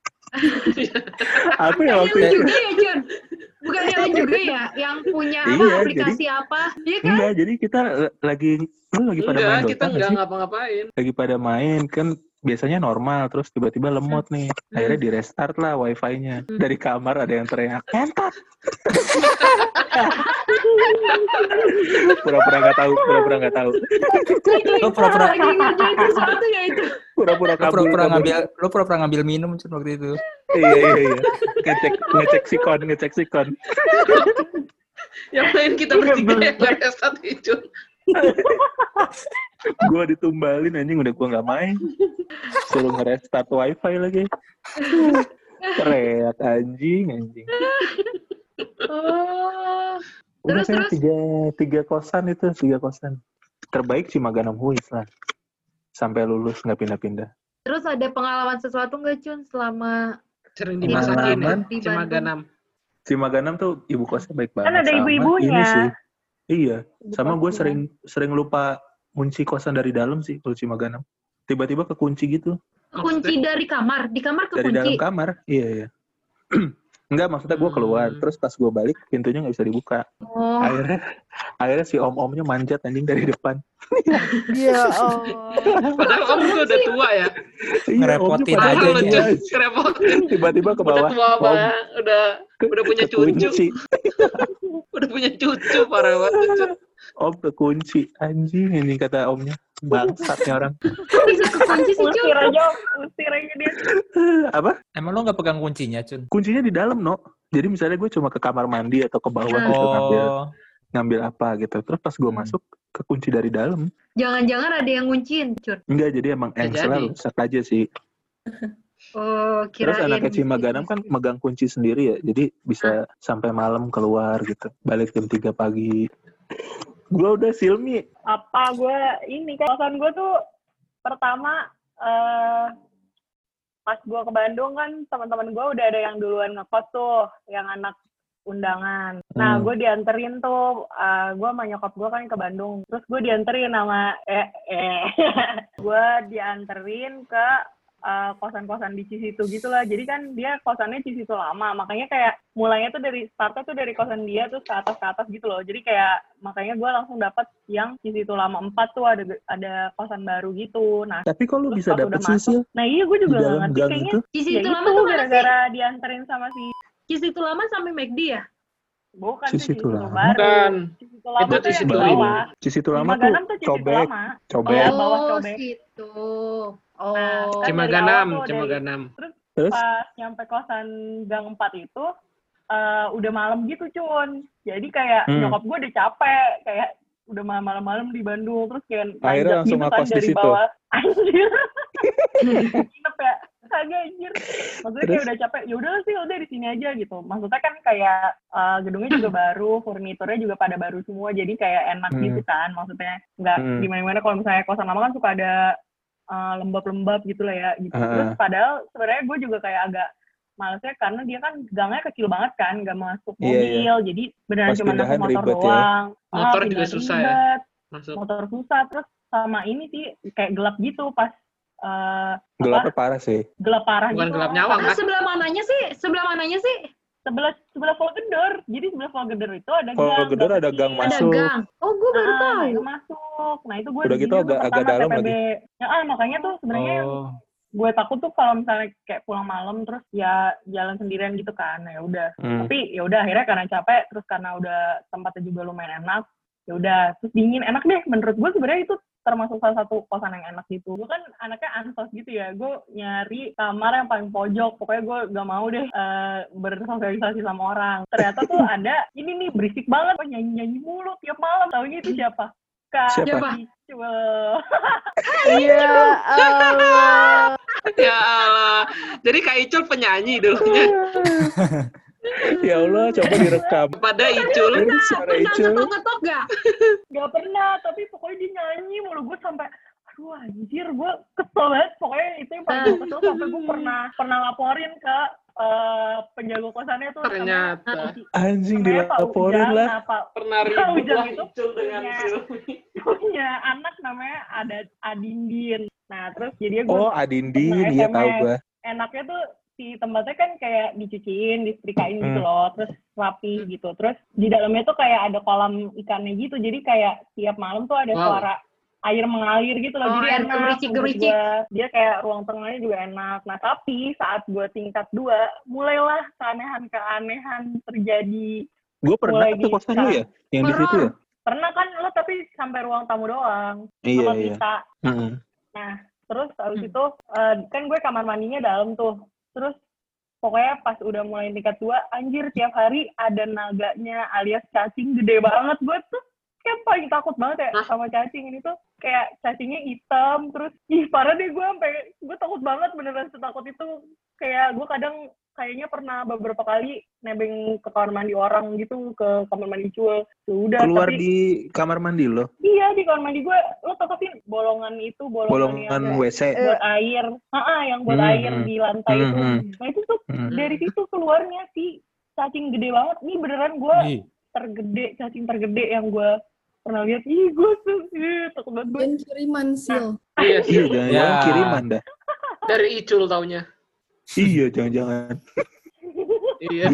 Aku ya waktu Yang itu. juga ya, Cun? Bukan yang juga ya? Yang punya apa, Iya, aplikasi apa? Iya kan? Enggak, jadi kita l- lagi, lu lagi pada main Enggak, Dota kita nggak enggak sih? ngapa-ngapain. Lagi pada main, kan biasanya normal, terus tiba-tiba lemot nih. Akhirnya di restart lah wifi-nya. Dari kamar ada yang teriak, entot! Pura-pura nggak tahu, pura-pura nggak tahu. Lu pura-pura Lagi ngerjain sesuatu ya itu. Pura-pura lu kabur, pura-pura kabur. ngambil lu pura-pura ngambil minum Cun waktu itu. Iya, iya, iya. Ngecek, ngecek sikon, ngecek sikon. Yang lain kita bertiga yang ngeresat itu. Gue ditumbalin anjing, udah gue nggak main. Suruh ngerestart wifi lagi. Teriak anjing, anjing. Oh. Udah Terus, kan terus? tiga, tiga kosan itu, tiga kosan. Terbaik Cimaganam Huis lah. Sampai lulus nggak pindah-pindah. Terus ada pengalaman sesuatu nggak, Cun, selama Sering di dimasakin ya, Pengalaman di Cimaganam. Cimaganam tuh ibu kosnya baik banget. Kan ada sama ibu-ibunya. ini sih. Iya, Ibu sama gue kosnya. sering sering lupa kunci kosan dari dalam sih kalau Cimaganam. Tiba-tiba kekunci gitu. kunci dari kamar? Di kamar Dari dalam kekunci? kamar. Iya, iya. Enggak, maksudnya gue keluar. Hmm. Terus pas gue balik, pintunya nggak bisa dibuka. Oh. Akhirnya akhirnya si om-omnya manjat anjing dari depan. Ya Allah. Padahal om gue udah tua ya. Iya, Ngerepotin omnya aja padahal Padahal dia. tua. lucu, kerepotin. Tiba-tiba ke Udah bawah. tua Om, banget, udah ke- udah punya cucu. kekunci. Udah punya cucu, parah banget. Cun. Om kekunci. Anjing, ini kata omnya. Bangsatnya orang. Kok bisa kekunci sih, Cun? Usir aja, usir aja dia. Apa? Emang lu nggak pegang kuncinya Cun? Kuncinya di dalam, no. Jadi misalnya gue cuma ke kamar mandi atau ke bawah gitu ngambil Oh, ngambil apa gitu. Terus pas gue Hmm. masuk kekunci dari dalam. Jangan-jangan ada yang ngunciin, Cun. Enggak, jadi emang Bisa engsel jadi. rusak aja sih. Oh, Terus kirain. anaknya Cimaganam kan megang kunci sendiri ya. Jadi bisa sampai malam keluar gitu. Balik jam tiga pagi. Gue udah Silmi. Apa gue ini kan kosan gue tuh pertama eh pas gue ke Bandung kan teman-teman gue udah ada yang duluan ngekos tuh, yang anak undangan. Nah, Hmm. gue dianterin tuh, uh, gue sama nyokap gue kan ke Bandung. Terus gue dianterin sama eh eh gue dianterin ke uh, kosan-kosan di Cisitu gitu lah. Jadi kan dia kosannya Cisitu lama, makanya kayak mulainya tuh dari startnya tuh dari kosan dia terus ke atas ke atas gitu loh. Jadi kayak makanya gue langsung dapat yang Cisitu lama empat tuh ada ada kosan baru gitu. Nah, Tapi kok lu terus bisa pas dapet udah sih, masuk, Sil? nah iya gue Di juga nggak dalam ngerti gang kayaknya. itu? Cisi Ya itu itu lama tuh mana sih? gara-gara dianterin sama si Cisi itu lama sampai McD ya? bukan Cisi tuh itu Cisitu lama. baru. Bukan. Cisitu lama Itu tuh yang Cisitu di baru. bawah. Cisitu lama tuh Cimaganam tuh Cisitu cobek, lama. cobek. Iya, bawah Oh, cobek. situ. Nah, Oh. kan dari Cimaganam, awal tuh dari- Cimaganam. Terus? Pas nyampe kosan gang empat itu eh, udah malam gitu, Cun. Jadi kayak Hmm. nyokap gue udah capek, kayak udah malam-malam di Bandung, terus kayak Akhirnya nanjak langsung gitu kan ngekos di dari situ. bawah. Anjir. Nginep ya. Kagak anjir. Maksudnya kayak Terus? udah capek, ya udah sih udah di sini aja gitu. Maksudnya kan kayak eh, gedungnya juga baru, furniturnya juga pada baru semua, jadi kayak enak Hmm. gitu kan. Maksudnya nggak Hmm. gimana-gimana kalau misalnya kosan lama kan suka ada eh, lembab-lembab gitu lah ya gitu. Heeh. Terus padahal sebenarnya gue juga kayak agak malesnya karena dia kan gangnya kecil banget kan, nggak masuk Iya, mobil, jadi beneran Pas cuma masuk pindahan motor ribet ya. doang. Ah, Motor juga pindahan susah ya? ribet, Masuk. motor susah, terus sama ini sih kayak gelap gitu pas eh, Gelapnya apa parah sih. gelap parah Bukan gitu. gelap nyawang Nah, kan? sebelah mananya sih? Sebelah mananya sih? Sebelah sebelah Volgedor, jadi sebelah Volgedor itu ada gang. Volgedor gang ada kecil. gang Ada Masuk. gang. Oh, gue baru Ah, tahu. itu masuk. masuk. Nah itu gue Udah gitu agak agak dalam lagi. Ya, ah, makanya tuh sebenarnya Oh. gue takut tuh kalau misalnya kayak pulang malam terus ya jalan sendirian gitu kan, ya udah. Hmm. Tapi ya udah akhirnya karena capek, terus karena udah tempatnya juga lumayan enak, ya udah. Terus dingin, enak deh. Menurut gue sebenarnya itu termasuk salah satu kosan yang enak gitu. Gue kan anaknya ansos gitu ya, gue nyari kamar yang paling pojok. Pokoknya gue gak mau deh uh, bersosialisasi sama orang. Ternyata tuh ada, ini nih berisik banget, nyanyi-nyanyi mulu tiap malam. Taunya itu siapa? Kak Siapa? Icul. Iya Allah. Ya Allah. Jadi Kak Icul penyanyi dulunya. Ya Allah, coba direkam. Pada Icul. Suara Pernah Icul. ngetok-ngetok gak? Gak pernah, tapi pokoknya dia nyanyi mulu. Gue sampai, aduh anjir, gue kesel banget. Pokoknya itu yang paling gue kesel, sampai gue pernah pernah laporin ke uh, penjaga kosannya tuh. Ternyata. namanya- Anjing namanya Pak dilaporin Ujang. lah. Nah, Pak Pernah Pak ribut Ujang lah itu Icul dengan punya- Silmi. punya anak namanya ada Adindin. Nah, terus jadi gue Oh, Adindin, iya tahu gue. enaknya tuh si tempatnya kan kayak dicuciin, disetrikain gitu Hmm. loh, terus rapi gitu. Terus di dalamnya tuh kayak ada kolam ikannya gitu. Jadi kayak tiap malam tuh ada Wow. suara air mengalir gitu loh. Oh, Jadi air enak. gemericik-gemericik. menurut gua. Dia kayak ruang tengahnya juga enak. Nah, tapi saat gue tingkat dua, mulailah keanehan-keanehan terjadi. Gue pernah Mulai ke kosan lu ya? Yang di situ ya? Pernah kan lo tapi sampai ruang tamu doang. Iya, sama iya. Tita. Hmm. Nah, terus abis Hmm. itu eh, kan gue kamar mandinya dalam tuh. Terus pokoknya pas udah mulai tingkat dua, anjir tiap hari ada naganya alias cacing gede banget. Gue tuh kayak paling takut banget ya Hah? sama cacing ini tuh. Kayak cacingnya hitam, terus ih parah deh gue sampai gue takut banget beneran setakut itu. Kayak gue kadang kayaknya pernah beberapa kali nebeng ke kamar mandi orang gitu, ke kamar mandi Cul. Ya udah, Keluar tapi di kamar mandi lo? iya di kamar mandi gue, lo tau tapi bolongan itu, bolongan, Bolongan yang W C? buat air, ah yang buat Hmm, air hmm. di lantai Hmm, itu. hmm. Nah itu tuh Hmm. dari situ keluarnya si cacing gede banget. Ini beneran gue Ih, tergede, cacing tergede yang gue pernah lihat. Ih gue tuh, ih, takut banget gue. Dan kiriman sil. Iya Iya, sih. jangan-jangan Ya. kiriman dah. Dari Icul taunya. Iya, jangan-jangan. Iya.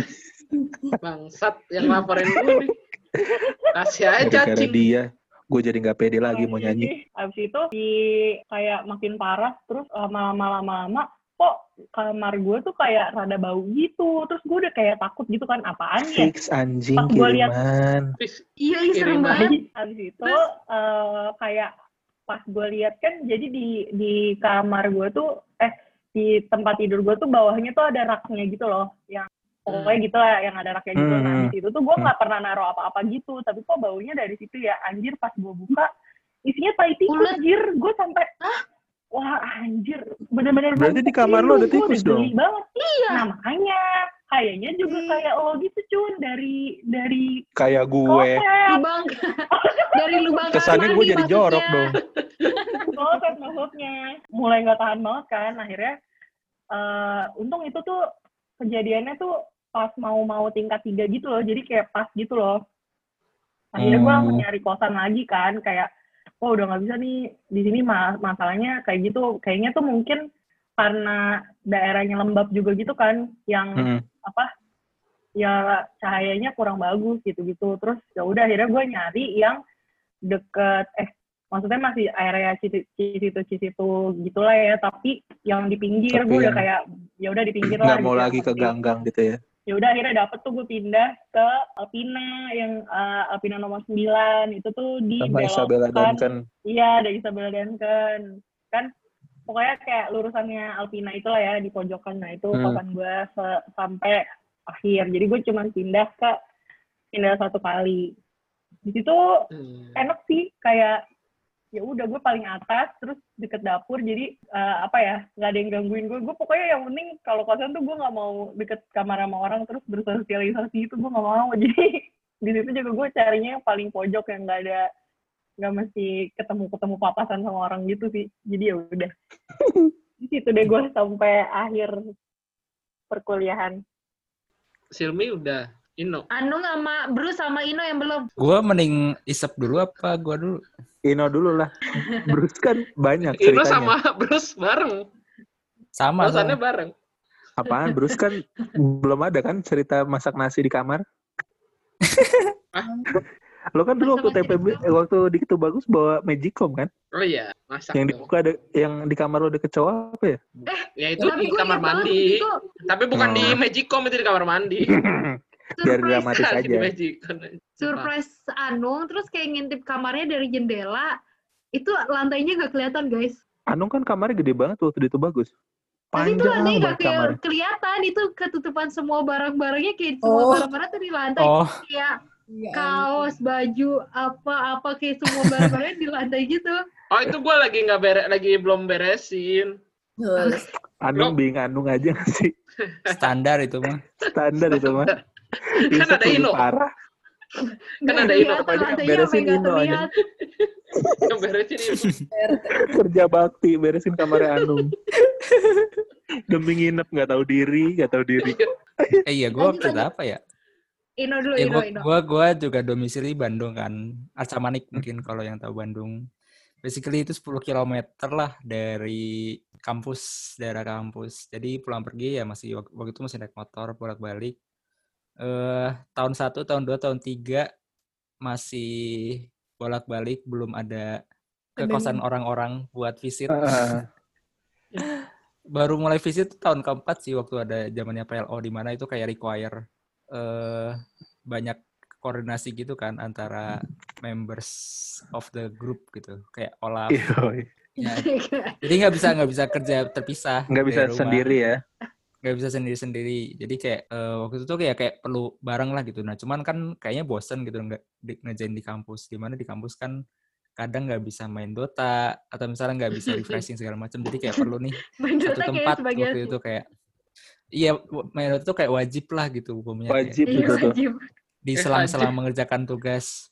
Bangsat yang laporin gue nih. Kasih aja Gara-gara cacing. dia, gue jadi nggak pede lagi mau nyanyi. Abis itu di kayak makin parah, terus lama-lama lama-lama kok kamar gue tuh kayak rada bau gitu. Terus gue udah kayak takut gitu kan, apaan ya? Fix anjing Pas gua lihat- kiriman. Fis- Iya, iya serem Kiriman. banget. Habis itu eh, kayak pas gue lihat kan, jadi di di kamar gue tuh eh di tempat tidur gue tuh bawahnya tuh ada raknya gitu loh, yang pokoknya gitu lah, yang ada raknya gitu. Nah Hmm. di situ tuh gue nggak pernah naruh apa-apa gitu, tapi kok baunya dari situ ya, anjir. Pas gue buka isinya tai tikus, Ulet. anjir. Gue sampai wah anjir, bener-bener Berarti bau di kamar lo ada tikus, tikus gua udah geli dong? banget. Iya. Nah makanya kayaknya juga kayak lo gitu Cun, dari dari Kayak gue. kloset. Lubang. Dari lubang Kesannya kamar gue mandi jadi jorok maksudnya. dong. Kloset maksudnya. Mulai nggak tahan banget kan, akhirnya eh untung itu tuh kejadiannya tuh pas mau-mau tingkat tiga gitu loh, jadi kayak pas gitu loh. Akhirnya gue Hmm. langsung nyari kosan lagi kan, kayak oh udah nggak bisa nih di sini, ma- masalahnya kayak gitu. Kayaknya tuh mungkin karena daerahnya lembab juga gitu kan, yang Hmm. apa ya cahayanya kurang bagus gitu-gitu. Terus ya udah akhirnya gue nyari yang deket eh maksudnya masih area Cisitu Cisitu gitulah ya, tapi yang di pinggir. Tapi Gue udah yang kayak ya udah di pinggir lah Nggak mau gitu, lagi yang ke penting. ganggang gitu ya. Ya udah akhirnya dapet tuh, gue pindah ke Alpina yang eh, Alpina nomor sembilan itu tuh di Sama Isabella belokan. Duncan. Iya, ada Isabella Duncan. Kan pokoknya kayak lurusannya Alpina itulah ya, di pojokan. Nah itu Hmm. kosan gue se- sampai akhir. Jadi gue cuma pindah ke pindah satu kali. Di situ Hmm. enak sih, kayak ya udah gue paling atas, terus deket dapur. Jadi eh, apa ya, nggak ada yang gangguin gue. Gue pokoknya yang penting kalau kosan tuh gue nggak mau deket kamar sama orang terus bersosialisasi, itu gue nggak mau. Jadi di situ juga gue carinya yang paling pojok, yang nggak ada nggak mesti ketemu ketemu papasan sama orang gitu sih. Jadi ya udah di situ deh gue sampai akhir perkuliahan. Silmi udah Ino. Anu sama Bruce sama Ino yang belum. Gue mending isep dulu apa gue dulu? Ino dulu lah. Bruce kan banyak Ino ceritanya. sama Bruce bareng. Sama. Kosannya sama. bareng. Apaan? Bruce kan belum ada kan cerita masak nasi di kamar? Lo kan dulu waktu Masa-masa T P B, di eh, waktu di Ketubagus bawa Magicom kan? Oh iya, masak Yang dong. dibuka ada, yang di kamar lo ada kecoa apa ya? Ya itu Tapi di gue kamar ingat banget mandi. itu Tapi bukan di Oh. Magicom, itu di kamar mandi. Biar surprise dramatis Kali di aja. Magicom. surprise Anung, terus kayak ngintip kamarnya dari jendela. Itu lantainya nggak kelihatan, guys. Anung kan kamarnya gede banget waktu di Ketubagus. Tapi itu Panjang lantainya nggak banget kayak kamarnya. kelihatan. Itu ketutupan semua barang-barangnya, kayak semua Oh. barang-barang tuh di lantai. Oh, Kayak Iya, kaos, baju, apa-apa, kayak semua barang-barangnya di lantai gitu. Oh itu gue lagi nggak beres, lagi belum beresin. amin. Anung Lo- being Anung aja nggak sih? standar itu mah. Standar itu mah. Kan Isep ada lebih Ino. parah. Kan Nggak ada Ino. kelihatan Pokoknya lantainya, beresin sampai nggak Ino aja. terlihat. Yang beresin itu. Kerja bakti beresin kamarnya Anung. Demi nginep nggak tahu diri, nggak tahu diri. Eh iya, gue Lanjut, waktu itu lanjut. apa ya? Ino dulu, Ya Ino, gue Ino. gua, gua juga domisili Bandung kan. Arca Manik mungkin kalau yang tahu Bandung. Basically itu sepuluh kilometer lah dari kampus, daerah kampus. Jadi pulang pergi ya masih wak- waktu itu masih naik motor bolak-balik. Eh tahun satu, tahun dua, tahun tiga masih bolak-balik, belum ada ke Ada kosan nih. orang-orang buat visit. Ah, Baru mulai visit tuh tahun keempat sih waktu ada zamannya P L O, di mana itu kayak require eh banyak koordinasi gitu kan antara members of the group gitu, kayak Olaf. iya. Ya, jadi nggak bisa nggak bisa kerja terpisah Nggak bisa dari rumah, sendiri ya. nggak bisa sendiri-sendiri. Jadi kayak eh, waktu itu tuh kayak kayak perlu bareng lah gitu. Nah cuman kan kayaknya bosen gitu nggak di, ngerjain di kampus. Dimana di kampus kan kadang nggak bisa main Dota atau misalnya nggak bisa refreshing segala macam. Jadi kayak perlu nih Main satu Dota kayak tempat sebagian waktu sih. itu kayak iya main Dota tuh kayak wajib lah gitu hukumnya, kayak Wajib Iya, itu tuh. wajib. di Eh, selang-selang mengerjakan tugas.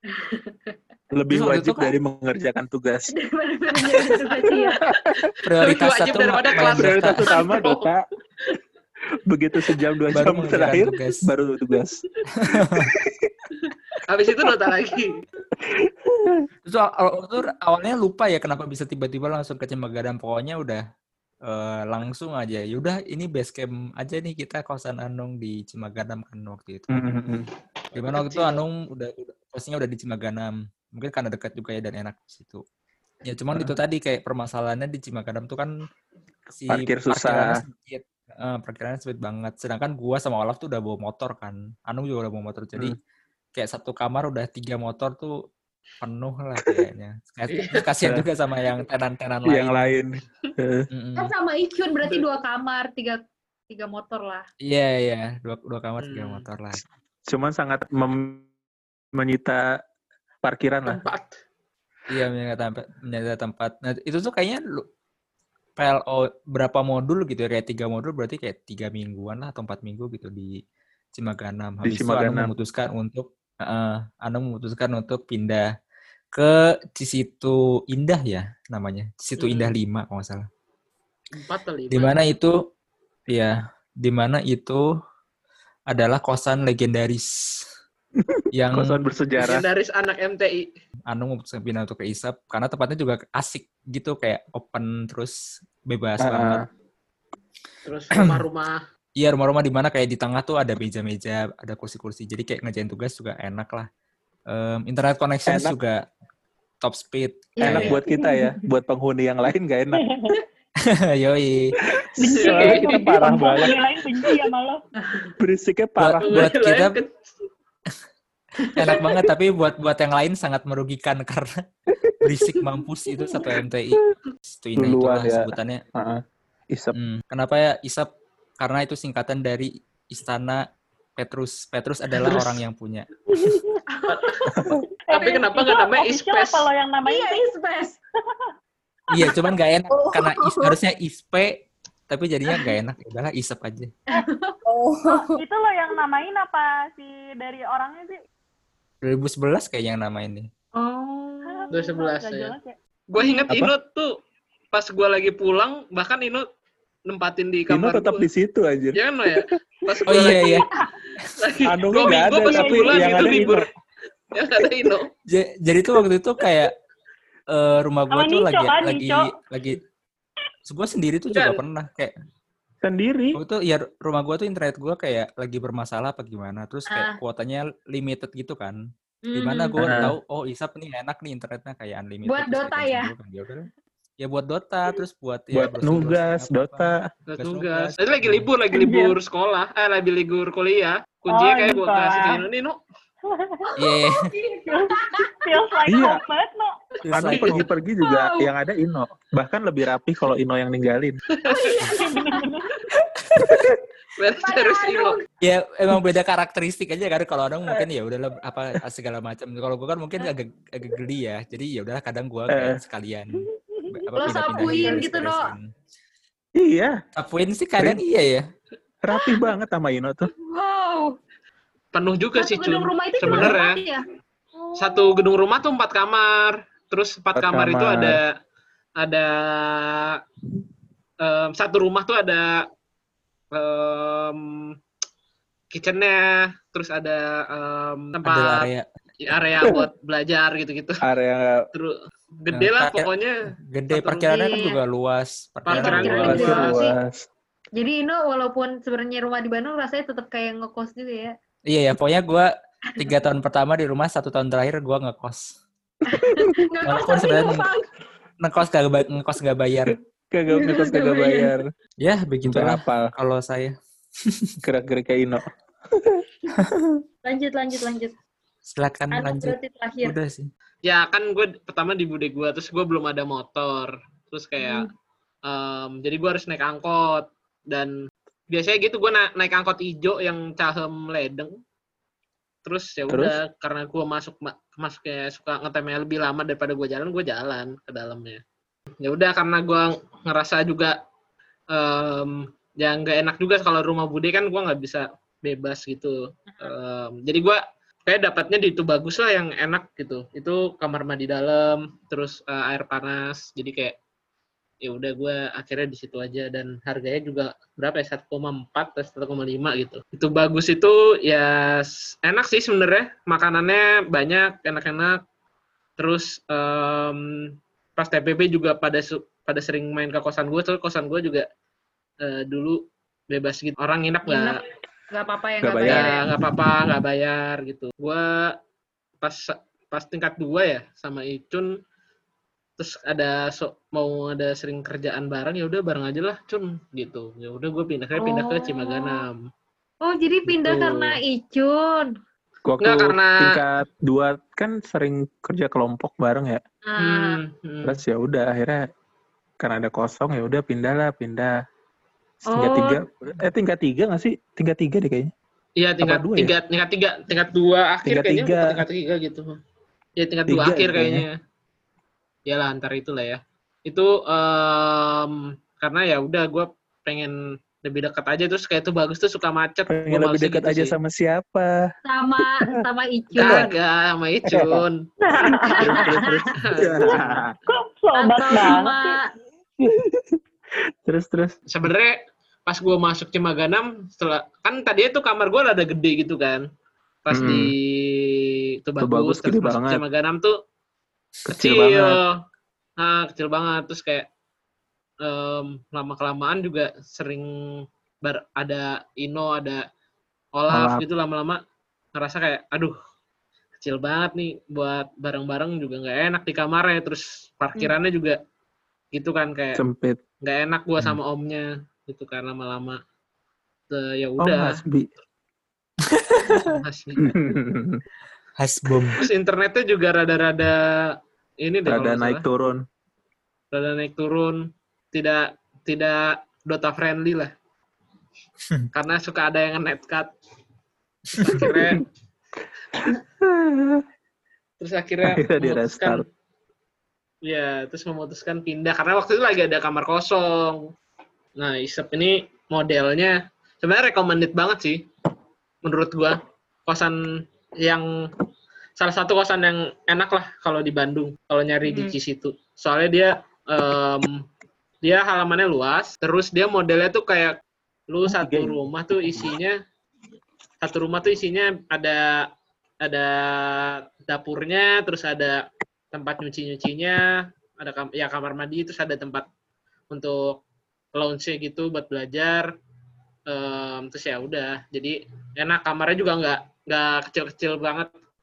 Lebih Terus waktu wajib itu kan- dari mengerjakan tugas. Daripada mengerjakan tugas, iya. Prioritas wajib satu daripada main kelas. Dota, Prioritas utama Bro. Dota. Begitu sejam dua baru jam mengerjakan terakhir tugas. baru tugas. Habis itu Dota lagi. Terus aw- aw- waktu itu awalnya lupa ya kenapa bisa tiba-tiba langsung ke Cimagadam. Pokoknya udah eh, langsung aja. Yaudah ini base camp aja nih kita, kosan Anung di Cimagadam kan waktu itu. Hmm. Dimana waktu itu Kecil. Anung udah, udah postingnya udah di Cimagadam. Mungkin karena dekat juga ya dan enak di situ. Ya cuman itu tadi kayak permasalahannya di Cimagadam tuh kan si Parkir susah. parkirannya sempit. Eh, parkirannya sempit banget. Sedangkan gua sama Olaf tuh udah bawa motor kan. Anung juga udah bawa motor. Jadi Hmm. kayak satu kamar udah tiga motor tuh penuh lah kayaknya. Iya. Kasihan juga sama yang tenan-tenan lain. Yang lain. Eh, Mm-mm. Kan sama Icun berarti dua kamar, tiga tiga motor lah. Iya iya, dua dua kamar tiga Hmm. motor lah. Cuman sangat mem- menyita parkiran lah. Tempat. Iya menyita tempat, menyita tempat. Nah itu tuh kayaknya lu- P L O berapa modul gitu ya, kayak tiga modul berarti kayak tiga mingguan lah atau empat minggu gitu di Cimaganam. Di Habis itu Anung Cimaganam. memutuskan untuk uh, Anung memutuskan untuk pindah ke Cisitu Indah ya namanya, Cisitu Hmm. Indah lima kalau nggak salah. Empat atau lima. Di mana itu ya, di mana itu adalah kosan legendaris yang Kosan bersejarah. Legendaris anak M T I. Anung memutuskan pindah untuk ke I S A P karena tempatnya juga asik gitu, kayak open terus bebas Ah, banget. Terus rumah-rumah. Iya, rumah-rumah di mana kayak di tengah tuh ada meja-meja, ada kursi-kursi. Jadi kayak ngerjain tugas juga enak lah. Em, internet connections Enak. juga top speed. Iya, Enak iya. buat kita ya, buat penghuni yang lain gak enak. Yoi. Benci, Soalnya benci. parah Penghuni banget. lain benci sama lo. Berisiknya Buat, parah. buat Lain kita kan. enak banget, tapi buat buat yang lain sangat merugikan karena berisik mampus itu satu M T I. Itu indah Duluan itulah ya. sebutannya. Heeh. Isep. Hmm. Kenapa ya I S A P? Karena itu singkatan dari Istana Petrus. Petrus adalah Petrus. orang yang punya. Tapi Eh, kenapa itu nggak namanya official Ispes? apa lo yang namanya? Iya, Ispes. Iya, cuman gak enak karena is- harusnya I S P, tapi jadinya gak enak. Ya udahlah I S A P aja. Oh, Itu lo yang namain apa si dari orangnya sih? dua ribu sebelas kayaknya yang nama ini. Oh. dua ribu sebelas Nggak ya. jelas ya. Gue inget Apa? Ino tuh pas gue lagi pulang, bahkan Ino nempatin di Ino kamar tetap gua. di situ aja. Ya kan lo ya? Pas Oh gue iya lagi, iya. lagi Anu dua nggak minggu ada, pas tapi sebulan yang itu ada libur. Ino. Ya nggak ada Ino. J- Jadi tuh waktu itu kayak eh, rumah gua Sama tuh Nico lagi kan, lagi Nico. lagi gua sendiri tuh juga Bukan. pernah kayak Sendiri. waktu itu ya rumah gua tuh internet gua kayak lagi bermasalah apa gimana, terus kayak Ah. kuotanya limited gitu kan. Di mana Hmm. gue Nah, tahu, oh Isap nih enak nih internetnya kayak unlimited Buat bisa Dota di-cancel ya? dulu kan. Ya udah. Ya buat Dota, terus buat ya buat browsing-browsing nugas, apa-apa. Dota. Terus Tugas nugas. nugas. Itu lagi Nah, libur, lagi Anjir. libur sekolah. Eh, lagi libur kuliah. Kuncinya Oh, kayak di gue kasih ke sekolah. Ino nih, Nu. Iya, Feels, feels like Iya. home banget, no. it's Anu like pergi-pergi juga Wow. yang ada Ino. Bahkan lebih rapi kalau Ino yang ninggalin. Beres Pada terus Ino. aduh. ya emang beda karakteristik aja kan. Kalau orang mungkin ya udahlah apa segala macam. Kalau gue kan mungkin agak agak geli ya. Jadi ya udahlah kadang gue Eh, kayak sekalian apa Lo pindah-pindahin sapuin gitu, no. beres-beresin. iya, Sapuin sih kadang Rin, iya ya. rapi banget sama Ino tuh. Wow. Penuh juga Satu sih, gedung Cun. rumah itu cuma Sebenarnya. empat ya? Satu gedung rumah tuh empat kamar. Terus empat Empat kamar itu kamar. ada ada em, satu rumah tuh ada em, kitchennya, terus ada em, Ada tempat area area buat belajar gitu-gitu. Area Terus Nah, gede lah parkir pokoknya. gede, Satu parkirannya kan Iya. juga luas. Parkirannya Parkiran juga luas. Parkirannya luas. gede parkir banget sih. luas. Jadi Ino walaupun sebenarnya rumah di Bandung rasanya tetap kayak ngekos juga ya. Iya ya, pokoknya gue tiga tahun pertama di rumah, satu tahun terakhir gue ngekos. Ngekos Walaupun tapi sebenarnya numpang. ngekos gak ba- ngekos gak bayar. Kagak ngekos kagak bayar. Ya Sampai begitulah hafal kalau saya. gerak-gerik kayak Ino. Lanjut, lanjut, lanjut. Silakan Anak lanjut. berarti terakhir. Udah sih. Ya kan gue pertama di bude gue, terus gue belum ada motor. Terus kayak em, jadi gue harus naik angkot. Dan biasanya gitu gue na- naik angkot ijo yang Cahem Ledeng. Terus ya Terus? udah karena gue masuk ma- masuk kayak suka ngetemnya lebih lama daripada gue jalan, gue jalan ke dalamnya. Ya udah karena gue ngerasa juga em, ya nggak enak juga kalau rumah bude kan gue nggak bisa bebas gitu. Em, jadi gue kayak dapatnya di itu bagus lah yang enak gitu. Itu kamar mandi dalam, terus eh, air panas. Jadi kayak ya udah gue akhirnya di situ aja, dan harganya juga berapa ya, satu koma empat atau satu koma lima gitu. Itu bagus, itu ya s- enak sih sebenarnya, makanannya banyak, enak-enak. Terus em, pas T P B juga pada su- pada sering main ke kosan gue, soalnya kosan gue juga eh, dulu bebas gitu. Orang nginep nggak Nginep nggak apa-apa yang Nggak nggak bayar. bayar ya ya. nggak apa-apa, nggak bayar gitu. Gue pas pas tingkat dua ya sama Icun, terus ada so, mau ada sering kerjaan bareng, ya udah bareng aja lah Cun gitu. Ya udah gue pindah saya pindah ke Oh. Cimaganam. Oh, jadi pindah Gitu. karena Icun. Waktu Nggak, karena- tingkat dua kan sering kerja kelompok bareng ya. Nah, Hmm, hmm. Terus ya udah akhirnya karena ada kosong ya udah pindah lah pindah. Tingkat Oh. tiga, eh tingkat tiga nggak sih? Tingkat tiga deh kayaknya. Iya tingkat Apa dua ya? tiga, tingkat tiga, tingkat dua akhir Tingkat kayaknya, tiga. bukan tingkat tiga gitu. Ya tingkat dua Tiga akhir ya kayaknya. kayaknya. Ya lah antar itulah ya. Itu em, karena ya udah gue pengen lebih dekat aja, terus kayak itu bagus tuh suka macet. Pengen Gua lebih malesnya dekat gitu aja sih. sama siapa? sama sama Icun. Kagak sama Icun. Terus terus terus. Kok sobat Atau banget sama sih? terus terus. Sebenarnya pas gue masuk Cimaganam, setelah kan tadinya tuh kamar gue rada gede gitu kan. Pas Hmm. di itu bagus, bagus, terus gede masuk banget. Cimaganam tuh Kecil kecil, banget. Nah, kecil banget. Terus kayak em, lama-kelamaan juga sering bar, ada Ino, ada Olaf Olaf. gitu, lama-lama ngerasa kayak aduh kecil banget nih buat bareng-bareng juga nggak enak di kamarnya, terus parkirannya juga gitu kan kayak Sempit. nggak enak gua Hmm. sama omnya gitu kan lama-lama. Eh, ya Oh udah. Hasbi. Asli. Hasbom. Terus internetnya juga rada-rada ini deh kalau Rada nggak naik salah. turun. Rada naik turun, tidak tidak Dota friendly lah. Karena suka ada yang netcut. Terus akhirnya terus akhirnya Akhirnya di memutuskan restart. ya, terus memutuskan pindah karena waktu itu lagi ada kamar kosong. Nah, Isep ini modelnya sebenarnya recommended banget sih menurut gua. Kosan yang salah satu kosan yang enak lah kalau di Bandung, kalau nyari di Hmm. Cisitu. Soalnya dia em, dia halamannya luas, terus dia modelnya tuh kayak lu Oh, satu tiga ini. rumah tuh isinya satu rumah tuh isinya ada ada dapurnya, terus ada tempat nyuci-nyucinya, ada kam- ya kamar mandi, terus ada tempat untuk lounge gitu buat belajar. Em, terus ya udah, jadi enak, kamarnya juga nggak nggak kecil-kecil banget.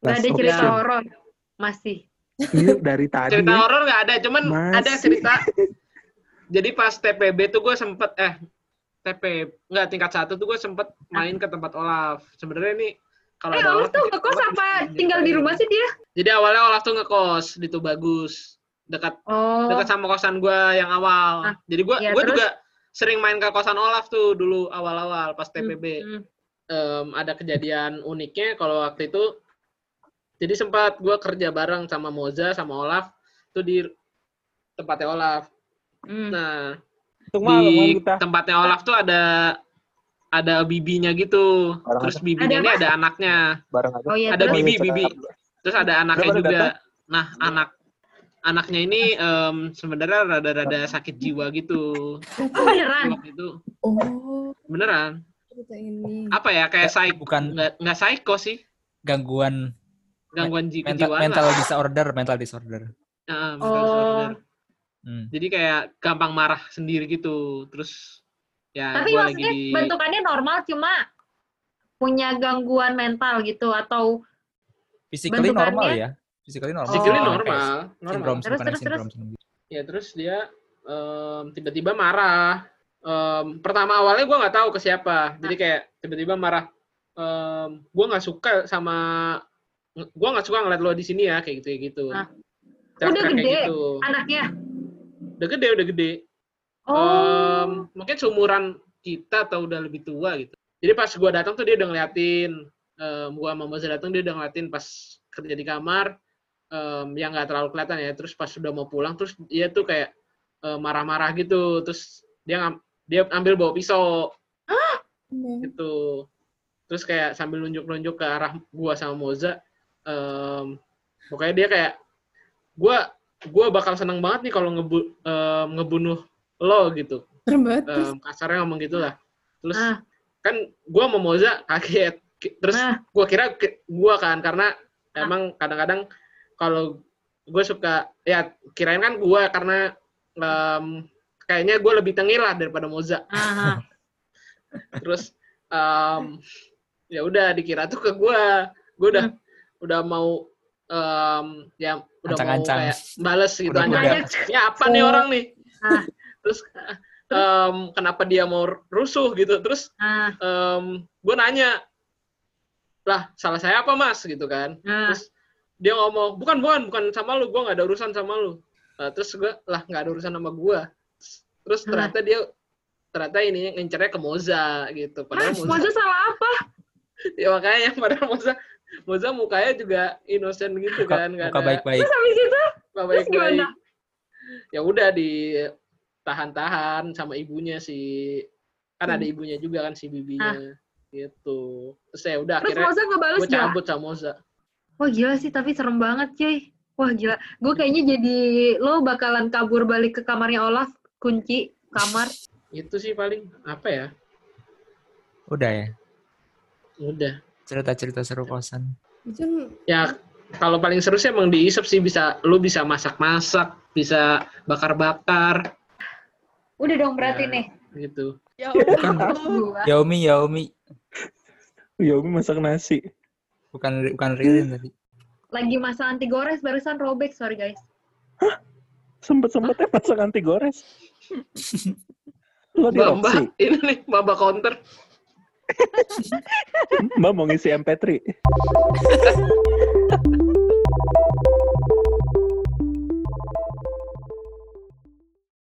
Nggak ada Last cerita option. horor. Masih. Ini dari tadi Cerita ya. horor nggak ada, cuman Masih. ada cerita. Jadi pas T P B tuh gue sempet eh T P nggak tingkat satu tuh gue sempet main ke tempat Olaf. Sebenarnya ini kalau Eh, ada Olaf tuh mungkin ngekos Olaf apa bisa tinggal di nyeritain. rumah sih dia? Jadi awalnya Olaf tuh ngekos di Tubagus, dekat Oh. dekat sama kosan gue yang awal. Ah, Jadi gue iya, gue terus? juga sering main ke kosan Olaf tuh dulu awal-awal pas T P B. Hmm, hmm. Em, ada kejadian uniknya kalau waktu itu. Jadi sempat gue kerja bareng sama Moza sama Olaf tuh di tempatnya Olaf. Hmm. Nah Itu malam kan di kita. tempatnya Olaf tuh ada ada bibinya gitu. Barang Terus aja. bibinya Ada ini apa? ada anaknya. Bareng aja. Oh iya, Ada terus? bibi, cerita. bibi. Terus ada anaknya Udah pada juga. datang? Nah, anak anaknya ini em, sebenarnya rada-rada sakit jiwa gitu. Oh, beneran? Waktu itu Oh, beneran. cerita ini. Apa ya kayak psych Bukan nggak nggak psycho sih, gangguan gangguan ji- mental, kejiwaan mental lah. disorder, mental disorder. Nah, mental Oh. disorder. Hmm. Jadi kayak gampang marah sendiri gitu. Terus ya Tapi gua lagi maksudnya di bentukannya normal cuma punya gangguan mental gitu atau Physically normal bentukannya? ya. Physically normal. physically Oh. normal, Sindrom, normal. Terus, bukan terus, sindrom sendiri. Ya terus dia em, tiba-tiba marah. Em, pertama awalnya gue nggak tahu ke siapa. Jadi kayak tiba-tiba marah. Em, gue nggak suka sama, gue nggak suka ngeliat lo di sini ya kayak gitu kayak gitu. Nah. Teriak-teriak Udah kayak gede gitu. anaknya. Udah gede, udah gede. Oh. Em, mungkin seumuran kita atau udah lebih tua gitu. Jadi pas gue datang tuh dia udah ngeliatin. Um, gue sama Moza datang dia udah ngeliatin pas kerja di kamar. Um, yang nggak terlalu kelihatan ya. Terus pas sudah mau pulang, terus dia tuh kayak um, marah-marah gitu. Terus dia ngam- dia ambil bawa pisau gitu. Terus kayak sambil nunjuk-nunjuk ke arah gua sama Moza. Um, pokoknya dia kayak gua gua bakal seneng banget nih kalau ngebu- um, ngebunuh lo gitu. Serem banget. Um, kasarnya ngomong gitulah. Terus Ah. kan gua sama Moza kaget. Ki- Terus Ah. gua kira ke- gua kan karena emang kadang-kadang kalau gue suka ya kirain kan gua karena um, kayaknya gue lebih tengil lah daripada Moza. Aha. Terus um, ya udah dikira tuh ke gua. Gua udah Hmm. udah mau um, ya udah mau Ancang-ancang. kayak bales gitu Udah aja. kuda. Ya apa nih Oh. orang nih? Ah. Terus um, kenapa dia mau rusuh gitu? Terus Ah. um, gue nanya, lah salah saya apa mas gitu kan? Ah. Terus dia ngomong, bukan bukan bukan sama lu, gue nggak ada urusan sama lu. Uh, terus gue lah nggak ada urusan sama gue. Terus ternyata dia ternyata ini ngincernya ke Moza gitu. Padahal Moza, Moza salah apa? ya makanya padahal Moza Moza mukanya juga innocent gitu Muka, kan, nggak muka ada baik-baik. Terus habis itu nggak terus baik-baik. gimana? Ya udah ditahan-tahan sama ibunya si kan ada ibunya juga kan si bibinya gitu. Terus ya udah Terus akhirnya Moza ngebales gue nggak? cabut sama Moza. Wah gila sih, tapi serem banget cuy. Wah gila. Gue kayaknya jadi lo bakalan kabur balik ke kamarnya Olaf, kunci kamar. Itu sih paling apa ya? Udah ya. Udah. Cerita-cerita seru kosan. Itu Ya kalau paling seru sih emang di Isep sih bisa lu bisa masak-masak, bisa bakar-bakar Udah dong berarti Ya. nih. gitu. Ya Bukan Allah. Gua. Yaomi, Yaomi. Yaomi masak nasi. Bukan bukan Ririn tadi. Lagi masa anti gores barusan robek, sorry guys. Sempet-sempetnya masak anti gores. Lo di Mbak, Roxy. Mbak, ini nih Mbak counter. Mbak mau ngisi M P tiga.